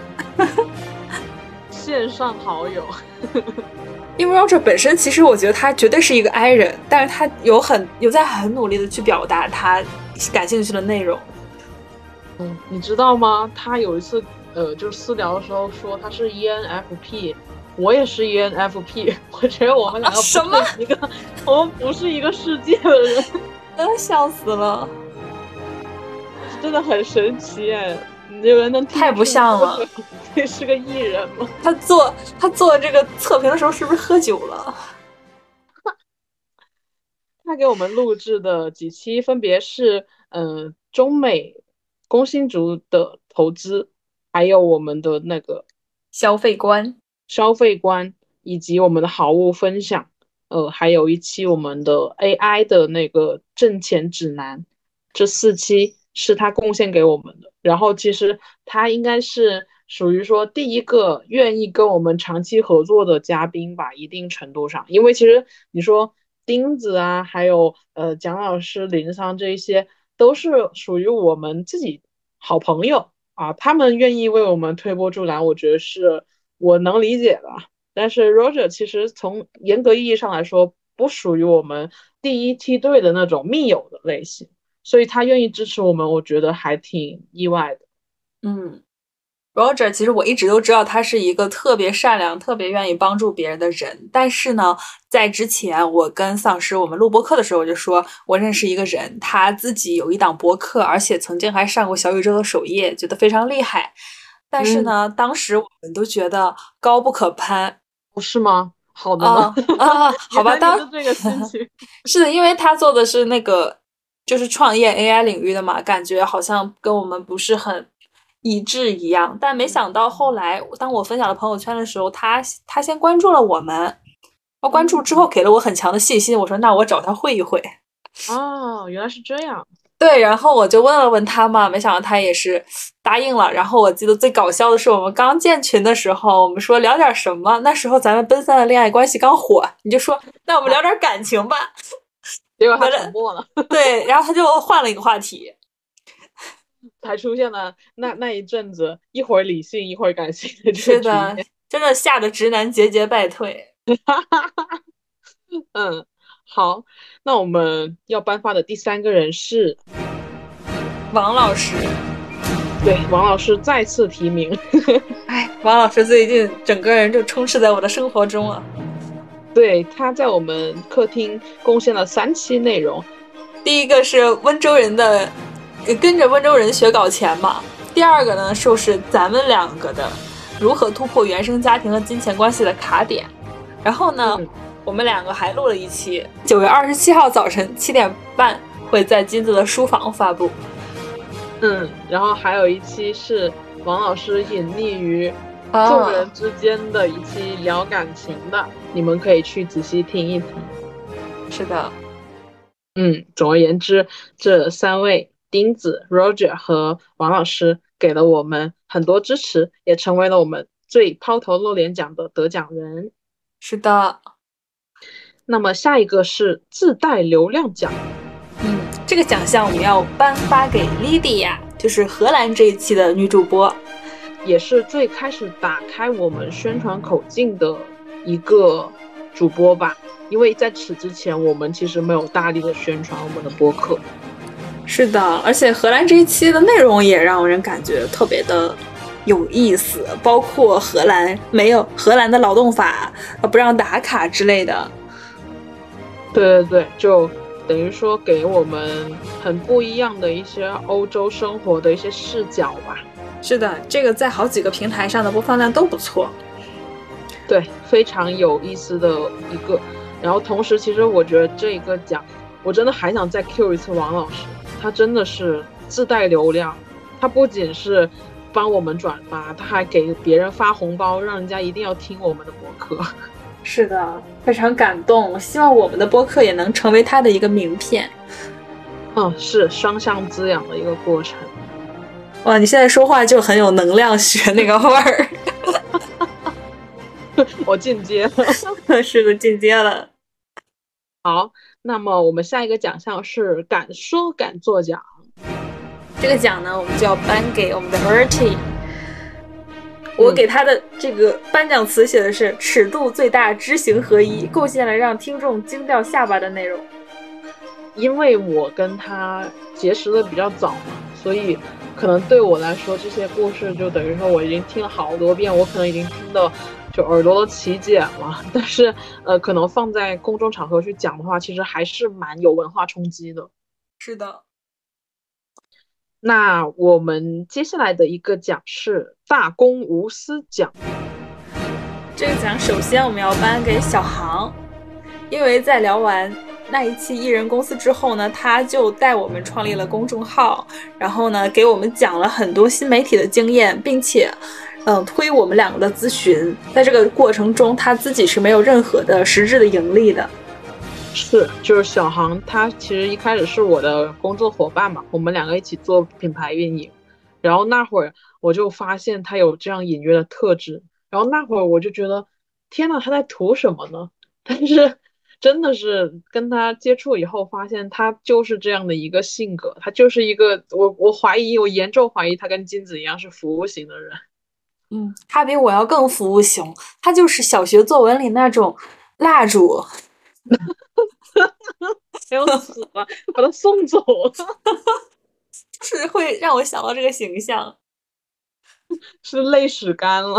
线上好友。 因为 Roger 本身其实我觉得他绝对是一个 I 人，但是他有在很努力的去表达他感兴趣的内容。 你知道吗？他有一次就私聊的时候说他是 ENFP， 我也是 ENFP， 我觉得我们2个什么我们不是一个世界的人。 笑死了， 真的很神奇耶！有人能听太不像了。 这是个艺人吗？ 他做这个测评的时候是不是喝酒了？ 他给我们录制的几期分别是中美工薪族的投资，还有我们的那个消费观， 以及我们的好物分享，还有一期我们的 AI 的那个挣钱指南，这4期是他贡献给我们的。然后其实他应该是属于说第一个愿意跟我们长期合作的嘉宾吧，一定程度上，因为其实你说钉子还有蒋老师、林桑这一些都是属于我们自己好朋友他们愿意为我们推波助澜，我觉得是我能理解的。 但是 Roger 其实从严格意义上来说，不属于我们第一梯队的那种密友的类型，所以他愿意支持我们，我觉得还挺意外的。 嗯。Roger 其实我一直都知道他是一个特别善良、特别愿意帮助别人的人。但是呢，在之前我跟丧尸我们录播课的时候，我就说我认识一个人，他自己有一档播客，而且曾经还上过小宇宙的首页，觉得非常厉害。但是呢，当时我们都觉得高不可攀。 不是吗？好的呢。 好吧， 原来你是这个心情。 是的，因为他做的是那个就是创业 AI 领域的嘛，感觉好像跟我们不是很一致一样。但没想到后来，当我分享了朋友圈的时候，他先关注了我们，关注之后给了我很强的信心。我说那我找他会一会。 哦，原来是这样。 对，然后我就问了问他嘛，没想到他也是答应了。然后我记得最搞笑的是，我们刚建群的时候，我们说聊点什么。那时候咱们奔三的恋爱关系刚火，你就说那我们聊点感情吧。 结果他沉默了。 对，然后他就换了一个话题， 还出现了那一阵子，一会儿理性一会儿感性的这是的， 个局面。 真的吓得直男节节败退。 嗯，好，那我们要颁发的第三个人是王老师。 对，王老师再次提名。 哎，王老师最近整个人就充斥在我的生活中啊。 对，他在我们客厅贡献了3期内容。 第一个是温州人的，跟着温州人学搞钱嘛。第二个呢，就是咱们两个的如何突破原生家庭和金钱关系的卡点。然后呢，我们两个还录了一期，9月27号早晨7点半会在金子的书房发布。 然后还有一期是王老师隐匿于众人之间的一期聊感情的，你们可以去仔细听一听。 是的。 总而言之，这3位钉子、Roger 和王老师给了我们很多支持，也成为了我们最抛头露脸奖的得奖人。 是的。 那么下一个是自带流量奖。 这个奖项我们要颁发给 Lydia， 就是荷兰这一期的女主播， 也是最开始打开我们宣传口径的一个主播吧。因为在此之前，我们其实没有大力的宣传我们的播客。 是的，而且荷兰这一期的内容也让人感觉特别的有意思，包括荷兰没有荷兰的劳动法，不让打卡之类的。 对，就等于说给我们很不一样的一些欧洲生活的一些视角吧。 是的，这个在好几个平台上的播放量都不错。 对，非常有意思的一个。然后同时，其实我觉得这个奖，我真的还想再 Q 一次王老师，他真的是自带流量，他不仅是帮我们转发，他还给别人发红包，让人家一定要听我们的播客。 是的，非常感动，希望我们的播客也能成为他的一个名片。 是双向滋养的一个过程。 哇，你现在说话就很有能量学那个味儿。 我进阶了。 是的，进阶了。 好，那么我们下一个奖项是敢说敢做奖。 这个奖呢，我们就要颁给我们的 Bertie。我给他的这个颁奖词写的是尺度最大，知行合一，贡献了让听众惊掉下巴的内容。 因为我跟他结识的比较早嘛，所以可能对我来说这些故事就等于说我已经听了好多遍，我可能已经听到就耳朵都起茧了。但是可能放在公众场合去讲的话，其实还是蛮有文化冲击的。 是的。 那我们接下来的一个奖是大公无私奖。 这个奖首先我们要颁给小航，因为在聊完那一期艺人公司之后呢，他就带我们创立了公众号，然后呢给我们讲了很多新媒体的经验，并且推我们两个的咨询。在这个过程中，他自己是没有任何的实质的盈利的。 就是小航，他其实一开始是我的工作伙伴嘛，我们两个一起做品牌运营。然后那会儿我就发现他有这样隐约的特质，然后那会儿我就觉得天哪，他在图什么呢？但是真的是跟他接触以后发现他就是这样的一个性格，他就是一个我严重怀疑他跟金子一样是服务型的人。 他比我要更服务型，他就是小学作文里那种蜡烛， 还要死了，把他送走了， 是会让我想到这个形象。 是泪史干了。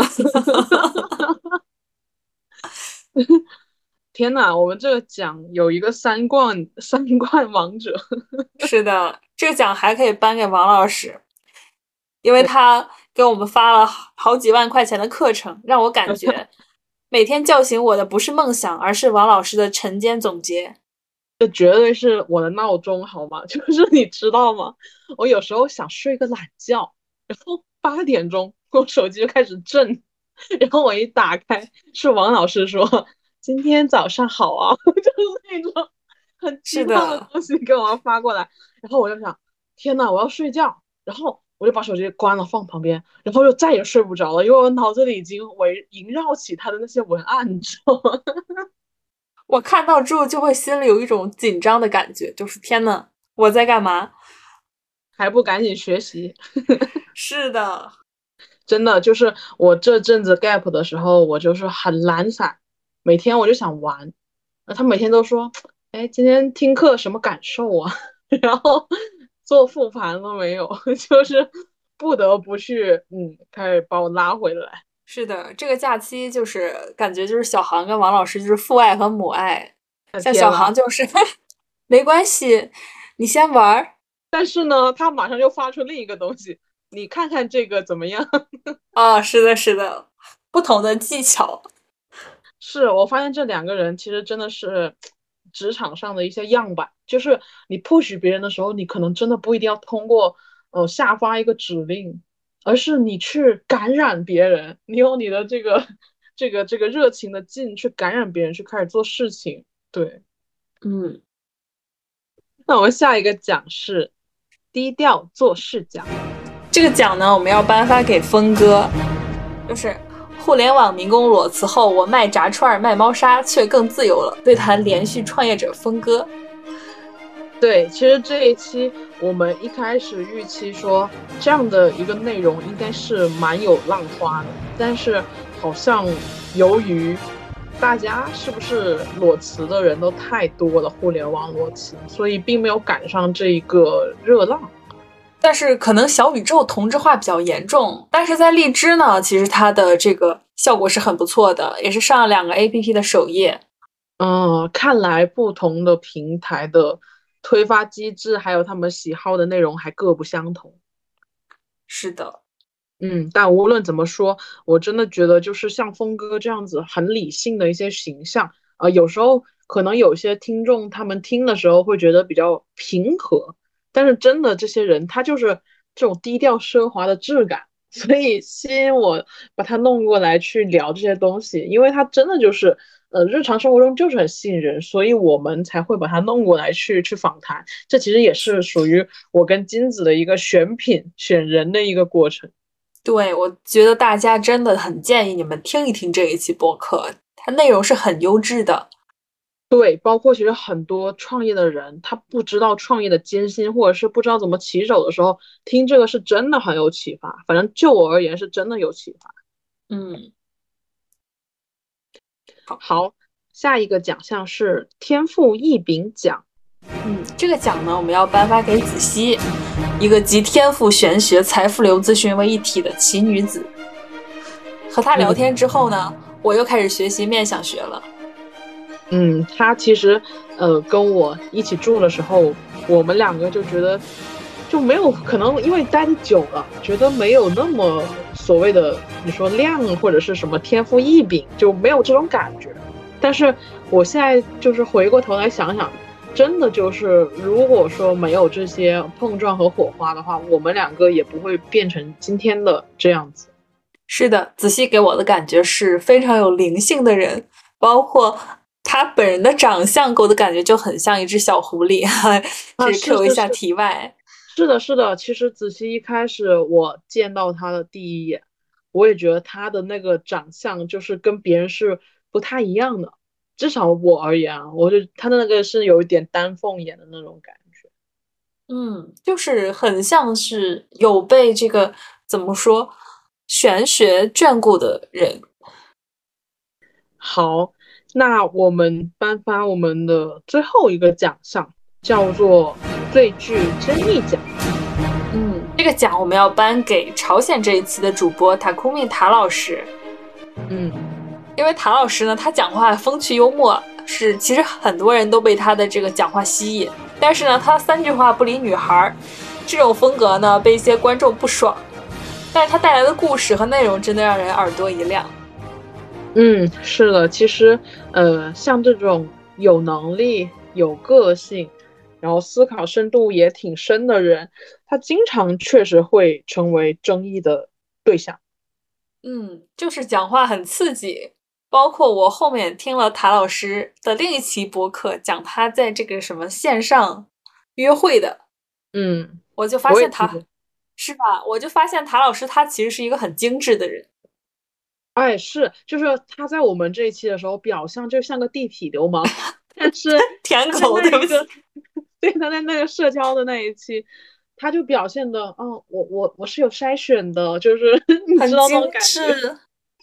天呐，我们这个奖有一个三冠王者。 是的，这个奖还可以颁给王老师，因为他给我们发了好几万块钱的课程，让我感觉每天叫醒我的不是梦想，而是王老师的晨间总结。 这绝对是我的闹钟，好吗？就是你知道吗？我有时候想睡个懒觉，然后8点钟我手机就开始震，然后我一打开是王老师说今天早上好啊，就是那种很是鸡汤的的， 东西给我发过来，然后我就想天呐，我要睡觉，然后我就把手机关了放旁边，然后就再也睡不着了，因为我脑子里已经萦绕起他的那些文案，你知道吗？ 我看到之后就会心里有一种紧张的感觉，就是天呐，我在干嘛？ 还不赶紧学习。 是的， 真的就是我这阵子 gap 的时候，我就是很懒散，每天我就想玩。他每天都说，哎，今天听课什么感受啊？然后做复盘都没有，就是不得不去，开始把我拉回来。 是的，这个假期就是感觉就是小航跟王老师就是父爱和母爱，像小天啦！ 航就是没关系，你先玩儿但是呢，他马上又发出另一个东西，你看看这个怎么样？ 啊，是的，是的，不同的技巧， 是我发现这两个人其实真的是职场上的一些样板，就是你 push 别人的时候，你可能真的不一定要通过下发一个指令，而是你去感染别人，你用你的这个热情的劲去感染别人，去开始做事情。对， 嗯， 那我们下一个奖是低调做事奖。 这个奖呢，我们要颁发给峰哥，就是互联网民工裸辞后，我卖炸串卖猫砂，却更自由了。对谈连续创业者峰哥， 对，其实这一期我们一开始预期说这样的一个内容应该是蛮有浪花的，但是好像由于大家是不是裸辞的人都太多了，互联网裸辞，所以并没有赶上这一个热浪。 但是可能小宇宙同质化比较严重，但是在荔枝呢，其实它的这个效果是很不错的，也是上了2个 APP 的首页。 看来不同的平台的推发机制还有他们喜好的内容还各不相同。 是的， 但无论怎么说，我真的觉得就是像峰哥这样子很理性的一些形象，有时候可能有些听众他们听的时候会觉得比较平和，但是真的这些人他就是这种低调奢华的质感，所以吸引我把他弄过来去聊这些东西，因为他真的就是日常生活中就是很吸引人，所以我们才会把他弄过来去访谈。这其实也是属于我跟金子的一个选品选人的一个过程。 对，我觉得大家真的很建议你们听一听这一期播客，它内容是很优质的。 对，包括其实很多创业的人，他不知道创业的艰辛，或者是不知道怎么起手的时候，听这个是真的很有启发。反正就我而言，是真的有启发。 嗯，好， 好，下一个奖项是天赋异禀奖。 这个奖呢，我们要颁发给子熙，一个集天赋、玄学、财富流咨询为一体的奇女子。和她聊天之后呢，我又开始学习面相学了。 他其实跟我一起住的时候，我们两个就觉得就没有可能，因为待的久了，觉得没有那么所谓的你说亮或者是什么天赋异禀，就没有这种感觉。但是我现在就是回过头来想想，真的就是如果说没有这些碰撞和火花的话，我们两个也不会变成今天的这样子。 是的，子熙给我的感觉是非常有灵性的人，包括他本人的长相给我的感觉就很像一只小狐狸。这是 Q 一下题外。 是的，是的。其实子熙一开始我见到他的第一眼，我也觉得他的那个长相就是跟别人是不太一样的，至少我而言啊，我觉得他的那个是有一点丹凤眼的那种感觉。 就是很像是有被这个怎么说玄学眷顾的人。 好，那我们颁发我们的最后一个奖项，叫做最具争议奖。 这个奖我们要颁给朝鲜这一期的主播塔库米塔老师。因为塔老师呢，他讲话风趣幽默，其实很多人都被他的这个讲话吸引。但是呢，他3句话不理女孩，这种风格呢，被一些观众不爽。但是他带来的故事和内容真的让人耳朵一亮。 是的，其实像这种有能力、有个性，然后思考深度也挺深的人，他经常确实会成为争议的对象。 就是讲话很刺激。包括我后面听了塔老师的另一期播客，讲他在这个什么线上约会的，我就发现是吧？我就发现塔老师他其实是一个很精致的人。 哎，就是他在我们这一期的时候表象就像个地痞流氓，但是舔狗，对不起。 对，他在那个社交的那一期，他就表现的，我是有筛选的，就是你知道那种感觉。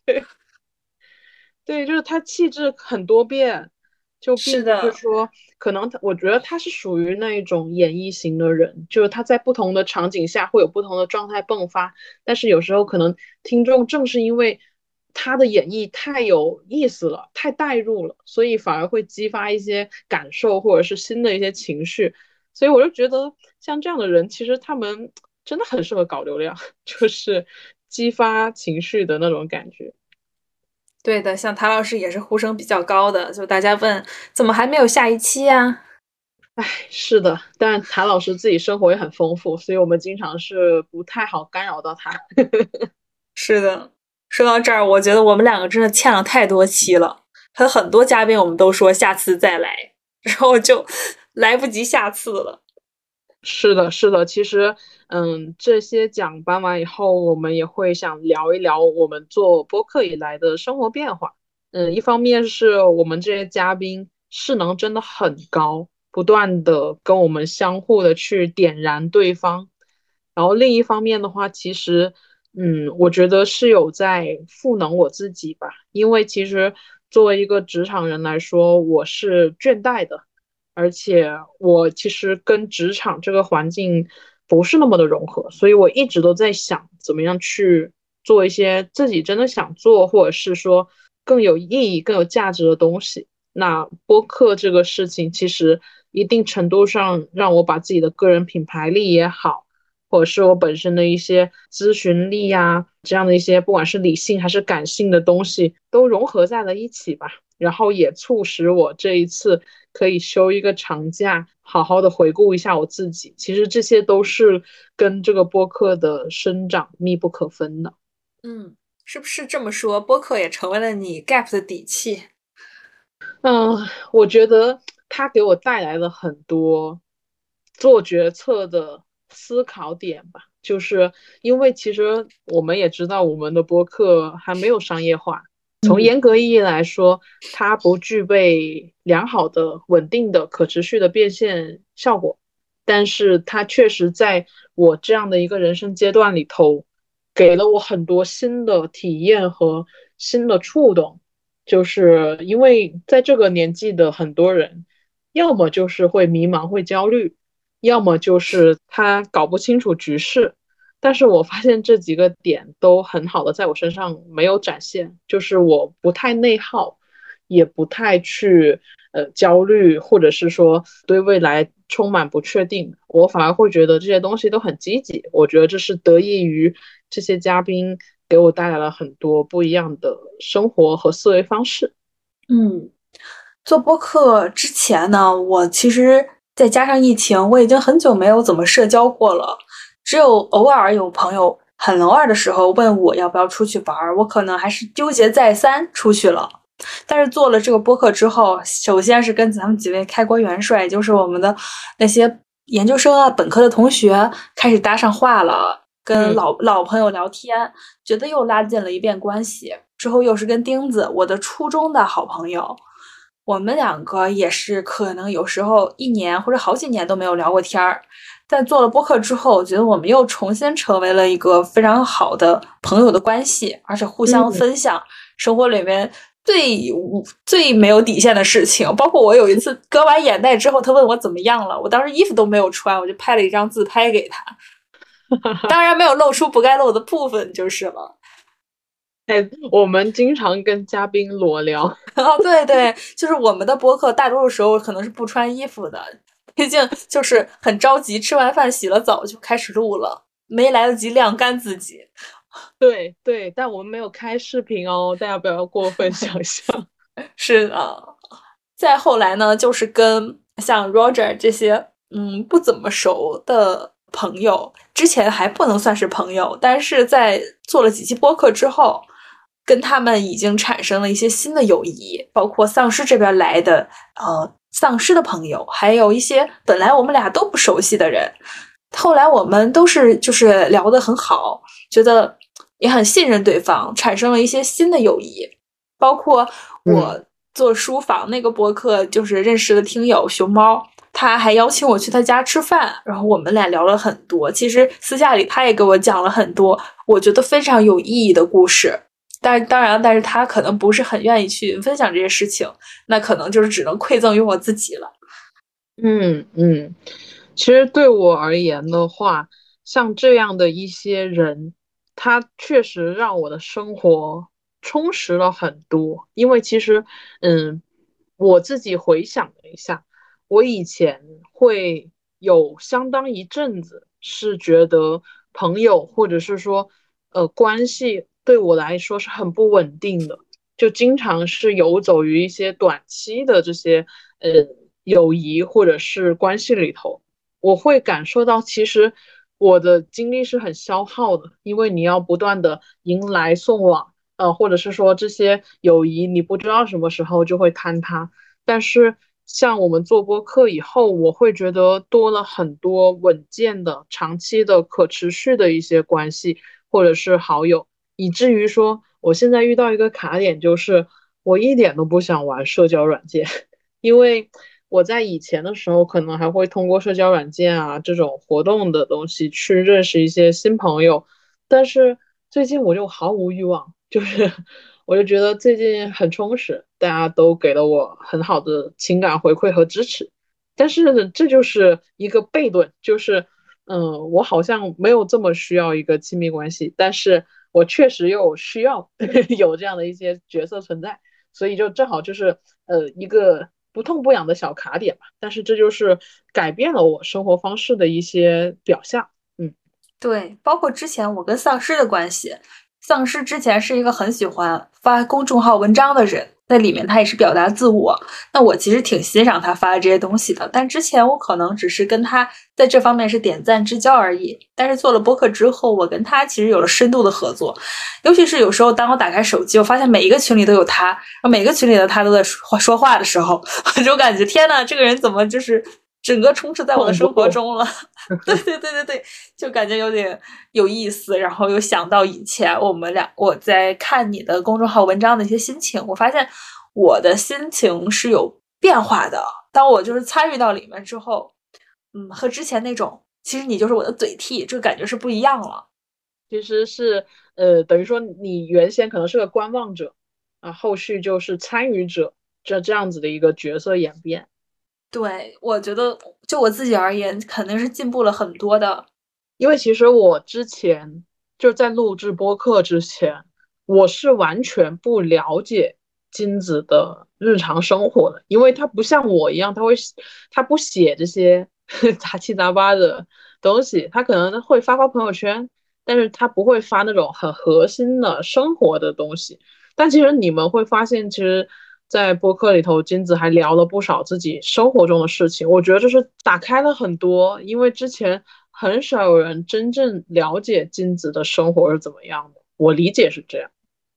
对，就是他气质很多变，就并不是说可能我觉得他是属于那一种演绎型的人，就是他在不同的场景下会有不同的状态迸发，但是有时候可能听众正是因为他的演绎太有意思了，太带入了，所以反而会激发一些感受或者是新的一些情绪，所以我就觉得像这样的人，其实他们真的很适合搞流量，就是激发情绪的那种感觉。 对的，像塔老师也是呼声比较高的，就大家问怎么还没有下一期呀？ 是的，但塔老师自己生活也很丰富，所以我们经常是不太好干扰到他。 是的，说到这儿，我觉得我们2个真的欠了太多期了，和很多嘉宾我们都说下次再来，然后就来不及下次了。 是的，其实，这些奖颁完以后，我们也会想聊一聊我们做播客以来的生活变化。一方面是我们这些嘉宾势能真的很高，不断的跟我们相互的去点燃对方，然后另一方面的话，其实，我觉得是有在赋能我自己吧，因为其实作为一个职场人来说，我是倦怠的。而且我其实跟职场这个环境不是那么的融合，所以我一直都在想怎么样去做一些自己真的想做，或者是说更有意义、更有价值的东西。那播客这个事情，其实一定程度上让我把自己的个人品牌力也好，或者是我本身的一些咨询力呀，这样的一些不管是理性还是感性的东西，都融合在了一起吧。然后也促使我这一次可以休一个长假，好好的回顾一下我自己。其实这些都是跟这个播客的生长密不可分的。 是不是这么说？播客也成为了你 gap 的底气？ 我觉得它给我带来了很多做决策的思考点吧。就是因为其实我们也知道，我们的播客还没有商业化。从严格意义来说，它不具备良好的、稳定的、可持续的变现效果，但是它确实在我这样的一个人生阶段里头，给了我很多新的体验和新的触动。就是因为在这个年纪的很多人，要么就是会迷茫、会焦虑，要么就是他搞不清楚局势。但是我发现这几个点都很好的在我身上没有展现，就是我不太内耗，也不太去焦虑，或者是说对未来充满不确定，我反而会觉得这些东西都很积极。我觉得这是得益于这些嘉宾给我带来了很多不一样的生活和思维方式。 做播客之前呢，我其实再加上疫情，我已经很久没有怎么社交过了。只有偶尔有朋友很偶尔的时候问我要不要出去玩，我可能还是纠结再三出去了。但是做了这个播客之后，首先是跟咱们几位开国元帅，就是我们的那些研究生啊、本科的同学开始搭上话了，跟老朋友聊天，觉得又拉近了一遍关系。之后又是跟钉子，我的初中的好朋友，我们2个也是可能有时候1年或者好几年都没有聊过天儿， 在做了播客之后，我觉得我们又重新成为了一个非常好的朋友的关系，而且互相分享生活里面最没有底线的事情。包括我有一次割完眼袋之后，他问我怎么样了，我当时衣服都没有穿，我就拍了一张自拍给他，当然没有露出不该露的部分就是了。 我们经常跟嘉宾裸聊。 哦，对对，就是我们的播客大多数时候可能是不穿衣服的，毕竟就是很着急，吃完饭洗了澡就开始录了，没来得及晾干自己。 对对，但我们没有开视频哦，大家不要过分想象。 是的，再后来呢，就是跟像 Roger 这些不怎么熟的朋友，之前还不能算是朋友，但是在做了几期播客之后，跟他们已经产生了一些新的友谊，包括丧尸这边来的丧尸的朋友，还有一些本来我们俩都不熟悉的人，后来我们都是就是聊得很好，觉得也很信任对方，产生了一些新的友谊。包括我做书房那个播客，就是认识了听友熊猫，他还邀请我去他家吃饭，然后我们俩聊了很多。其实私下里他也给我讲了很多我觉得非常有意义的故事，但是他可能不是很愿意去分享这些事情，那可能就是只能馈赠于我自己了。 其实对我而言的话，像这样的一些人，他确实让我的生活充实了很多。因为其实，我自己回想了一下，我以前会有相当一阵子是觉得朋友或者是说，关系对我来说是很不稳定的，就经常是游走于一些短期的这些友谊或者是关系里头。我会感受到，其实我的精力是很消耗的，因为你要不断的迎来送往，或者是说这些友谊你不知道什么时候就会坍塌。但是像我们做播客以后，我会觉得多了很多稳健的、长期的、可持续的一些关系，或者是好友，以至于说我现在遇到一个卡点，就是我一点都不想玩社交软件。因为我在以前的时候，可能还会通过社交软件啊这种活动的东西去认识一些新朋友，但是最近我就毫无欲望，就是我就觉得最近很充实，大家都给了我很好的情感回馈和支持，但是呢，这就是一个悖论，就是我好像没有这么需要一个亲密关系，但是我确实又需要有这样的一些角色存在。所以就正好就是一个不痛不痒的小卡点吧，但是这就是改变了我生活方式的一些表象。 对，包括之前我跟丧尸的关系，丧尸之前是一个很喜欢发公众号文章的人，在里面他也是表达自我。那我其实挺欣赏他发的这些东西的，但之前我可能只是跟他在这方面是点赞之交而已。但是做了播客之后，我跟他其实有了深度的合作，尤其是有时候当我打开手机，我发现每一个群里都有他，每个群里的他都在说话的时候，我就感觉天呐，这个人怎么就是整个充斥在我的生活中了。对，就感觉有点有意思，然后又想到以前我在看你的公众号文章的一些心情，我发现我的心情是有变化的。当我就是参与到里面之后，和之前那种其实你就是我的嘴替，这个感觉是不一样了。 其实是等于说你原先可能是个观望者啊，后续就是参与者，这样子的一个角色演变。 对，我觉得就我自己而言，肯定是进步了很多的。 因为其实我之前就在录制播客之前，我是完全不了解金子的日常生活的，因为他不像我一样，他不写这些杂七杂八的东西，他可能会发朋友圈，但是他不会发那种很核心的生活的东西。但其实你们会发现，其实，在播客里头，金子还聊了不少自己生活中的事情，我觉得这是打开了很多，因为之前很少有人真正了解金子的生活是怎么样的，我理解是这样。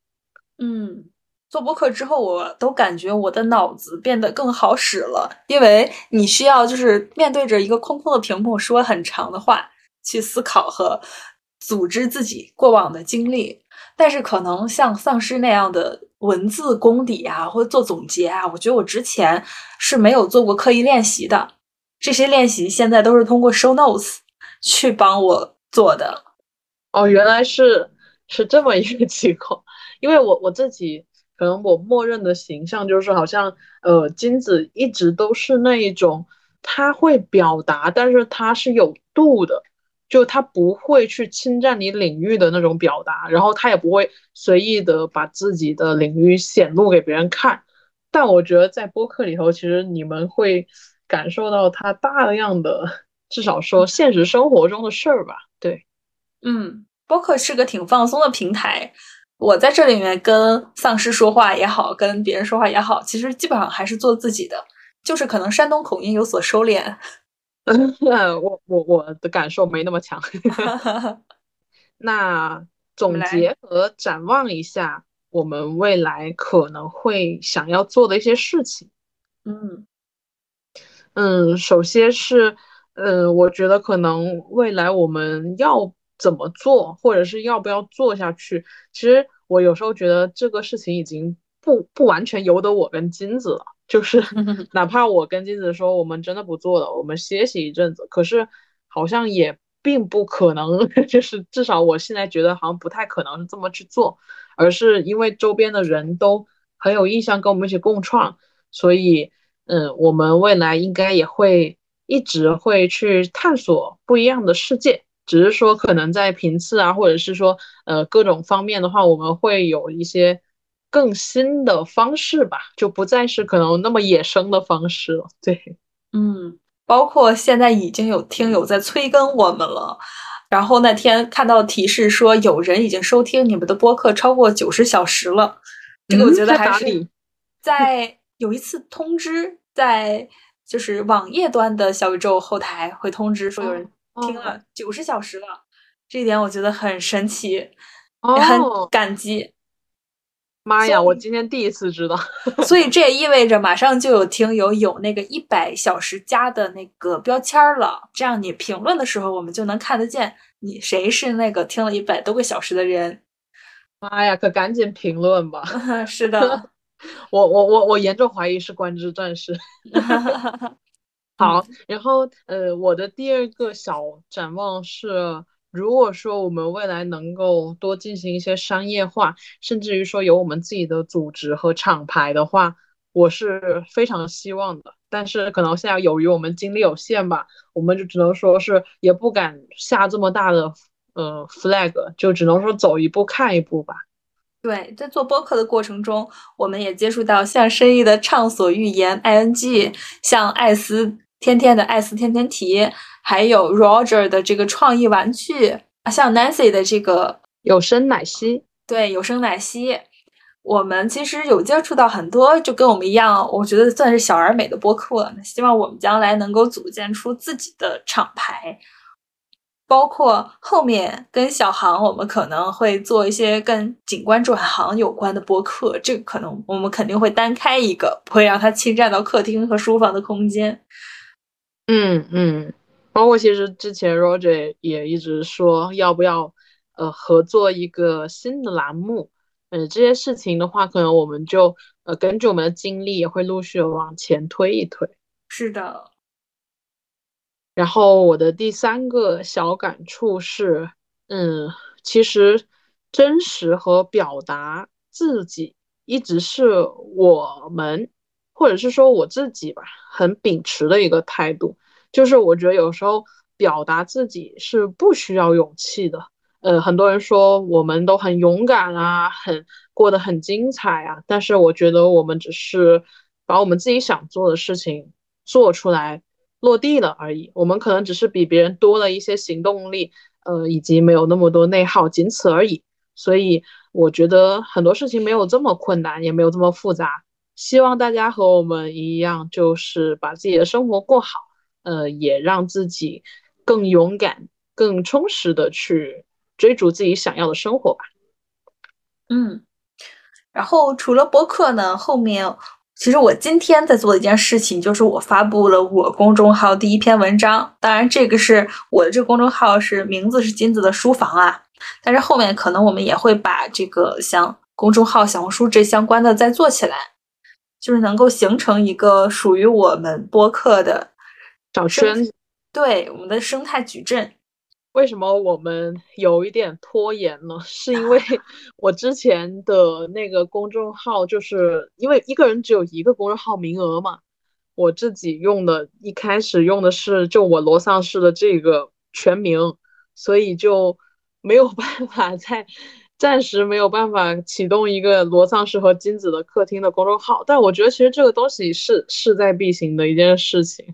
做播客之后，我都感觉我的脑子变得更好使了，因为你需要就是面对着一个空空的屏幕说很长的话，去思考和组织自己过往的经历。但是可能像丧尸那样的文字功底啊，或者做总结啊，我觉得我之前是没有做过刻意练习的。 这些练习现在都是通过 show notes 去帮我做的。 哦，原来是这么一个情况。因为我自己可能我默认的形象就是好像金子一直都是那一种他会表达，但是他是有度的，就他不会去侵占你领域的那种表达，然后他也不会随意的把自己的领域显露给别人看。但我觉得在播客里头，其实你们会感受到他大量的，至少说现实生活中的事儿吧。对。 播客是个挺放松的平台。我在这里面跟丧尸说话也好，跟别人说话也好，其实基本上还是做自己的，就是可能山东口音有所收敛。 我的感受没那么强。那总我们来， 结和展望一下我们未来可能会想要做的一些事情。 嗯首先是，我觉得可能未来我们要怎么做，或者是要不要做下去，其实我有时候觉得这个事情已经不完全由得我跟金子了。就是哪怕我跟金子说我们真的不做了，我们歇息一阵子，可是好像也并不可能，就是至少我现在觉得好像不太可能这么去做，而是因为周边的人都很有意向跟我们一起共创，所以。我们未来应该也会一直会去探索不一样的世界，只是说可能在频次啊，或者是说各种方面的话，我们会有一些更新的方式吧，就不再是可能那么野生的方式了。对。 包括现在已经有听友在催更我们了，然后那天看到提示说有人已经收听你们的播客超过90小时了，这个我觉得在还是哪里？ 在有一次通知，在就是网页端的小宇宙后台会通知说有人听哦了90小时了，这一点我觉得很神奇，也很哦， 感激。 妈呀！我所以， 今天第一次知道。 所以这也意味着马上就有听友有那个100小时加的那个标签了，这样你评论的时候，我们就能看得见你谁是那个听了100多个小时的人。 妈呀，可赶紧评论吧！ 是的， 我严重怀疑是观之战士。 嗯好，然后我的第二个小展望是，如果说我们未来能够多进行一些商业化，甚至于说有我们自己的组织和厂牌的话，我是非常希望的。但是可能现在由于我们精力有限吧，我们就只能说是也不敢下这么大的flag，就只能说走一步看一步吧。 对，在做播客的过程中，我们也接触到像深意的畅所欲言 ing，像艾斯天天的艾斯天天提，还有 Roger 的这个创意玩具，像 Nancy 的这个有声奶昔。 对有声奶昔，我们其实有接触到很多就跟我们一样，我觉得算是小而美的播客。希望我们将来能够组建出自己的厂牌。包括后面跟小航，我们可能会做一些跟景观转行有关的播客，这个可能我们肯定会单开一个，不会让它侵占到客厅和书房的空间。 包括其实之前 Roger 也一直说要不要合作一个新的栏目。这些事情的话，可能我们就根据我们的经历也会陆续的往前推一推。 是的， 然后我的第三个小感触是，其实真实和表达自己一直是我们，或者是说我自己吧，很秉持的一个态度。就是我觉得有时候表达自己是不需要勇气的。很多人说我们都很勇敢啊，过得很精彩啊，但是我觉得我们只是把我们自己想做的事情做出来，落地了而已。我们可能只是比别人多了一些行动力，以及没有那么多内耗，仅此而已。所以我觉得很多事情没有这么困难，也没有这么复杂。希望大家和我们一样，就是把自己的生活过好，也让自己更勇敢、更充实的去追逐自己想要的生活吧。 嗯。然后除了播客呢，后面其实我今天在做的一件事情，就是我发布了我公众号第一篇文章。当然，这个是我的这个公众号是名字是金子的书房啊，但是后面可能我们也会把这个像公众号、小红书这相关的再做起来，就是能够形成一个属于我们播客的小圈子。 对，我们的生态矩阵。 为什么我们有一点拖延呢？是因为我之前的那个公众号，就是因为一个人只有一个公众号名额嘛，我自己用的，一开始用的是就我罗丧氏的这个全名，所以就没有办法暂时没有办法启动一个罗丧氏和金子的客厅的公众号。但我觉得其实这个东西是势在必行的一件事情。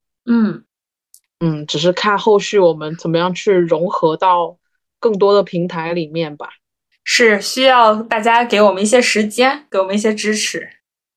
只是看后续我们怎么样去融合到更多的平台里面吧。 是需要大家给我们一些时间，给我们一些支持。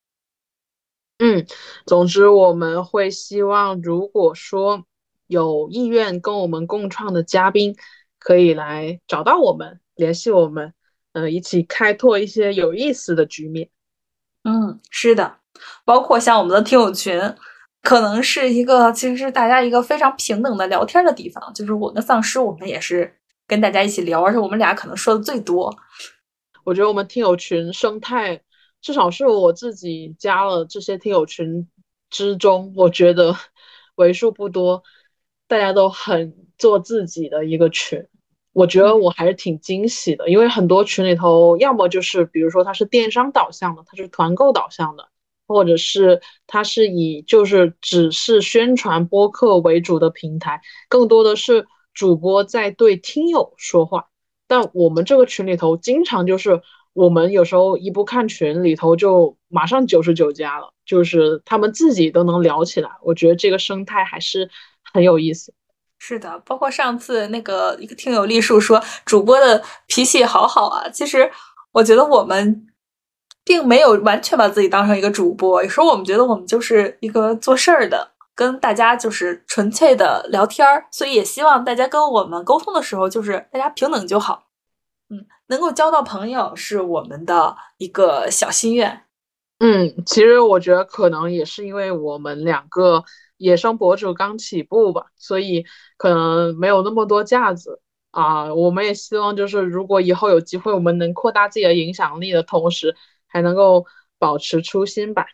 总之我们会希望，如果说有意愿跟我们共创的嘉宾，可以来找到我们，联系我们，一起开拓一些有意思的局面。 是的，包括像我们的听友群，可能是其实是大家一个非常平等的聊天的地方。就是我跟丧尸，我们也是跟大家一起聊，而且我们俩可能说的最多。 我觉得我们听友群生态，至少是我自己加了这些听友群之中，我觉得为数不多，大家都很做自己的一个群。我觉得我还是挺惊喜的，因为很多群里头，要么就是比如说它是电商导向的，它是团购导向的，或者是它是以就是只是宣传播客为主的平台，更多的是主播在对听友说话。但我们这个群里头，经常就是我们有时候一不看群里头就马上99加了，就是他们自己都能聊起来。我觉得这个生态还是很有意思。 是的，包括上次那个一个听友丽树说主播的脾气好好啊，其实我觉得我们并没有完全把自己当成一个主播，有时候我们觉得我们就是一个做事儿的，跟大家就是纯粹的聊天，所以也希望大家跟我们沟通的时候就是大家平等就好。能够交到朋友是我们的一个小心愿。 其实我觉得可能也是因为我们两个野生博主刚起步吧，所以可能没有那么多架子啊。我们也希望就是如果以后有机会，我们能扩大自己的影响力的同时，还能够保持初心吧。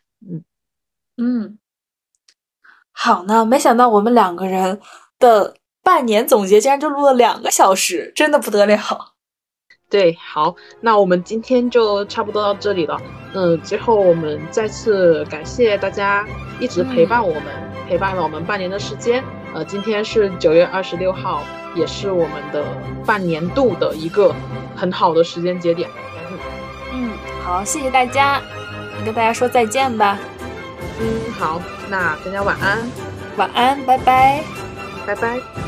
好呢，没想到我们两个人的半年总结竟然就录了2个小时，真的不得了。 对，好，那我们今天就差不多到这里了。最后我们再次感谢大家一直陪伴我们，陪伴了我们半年的时间。今天是9月26号，也是我们的半年度的一个很好的时间节点。 好，谢谢大家，跟大家说再见吧。 好，那大家晚安。 晚安，拜拜。 拜拜。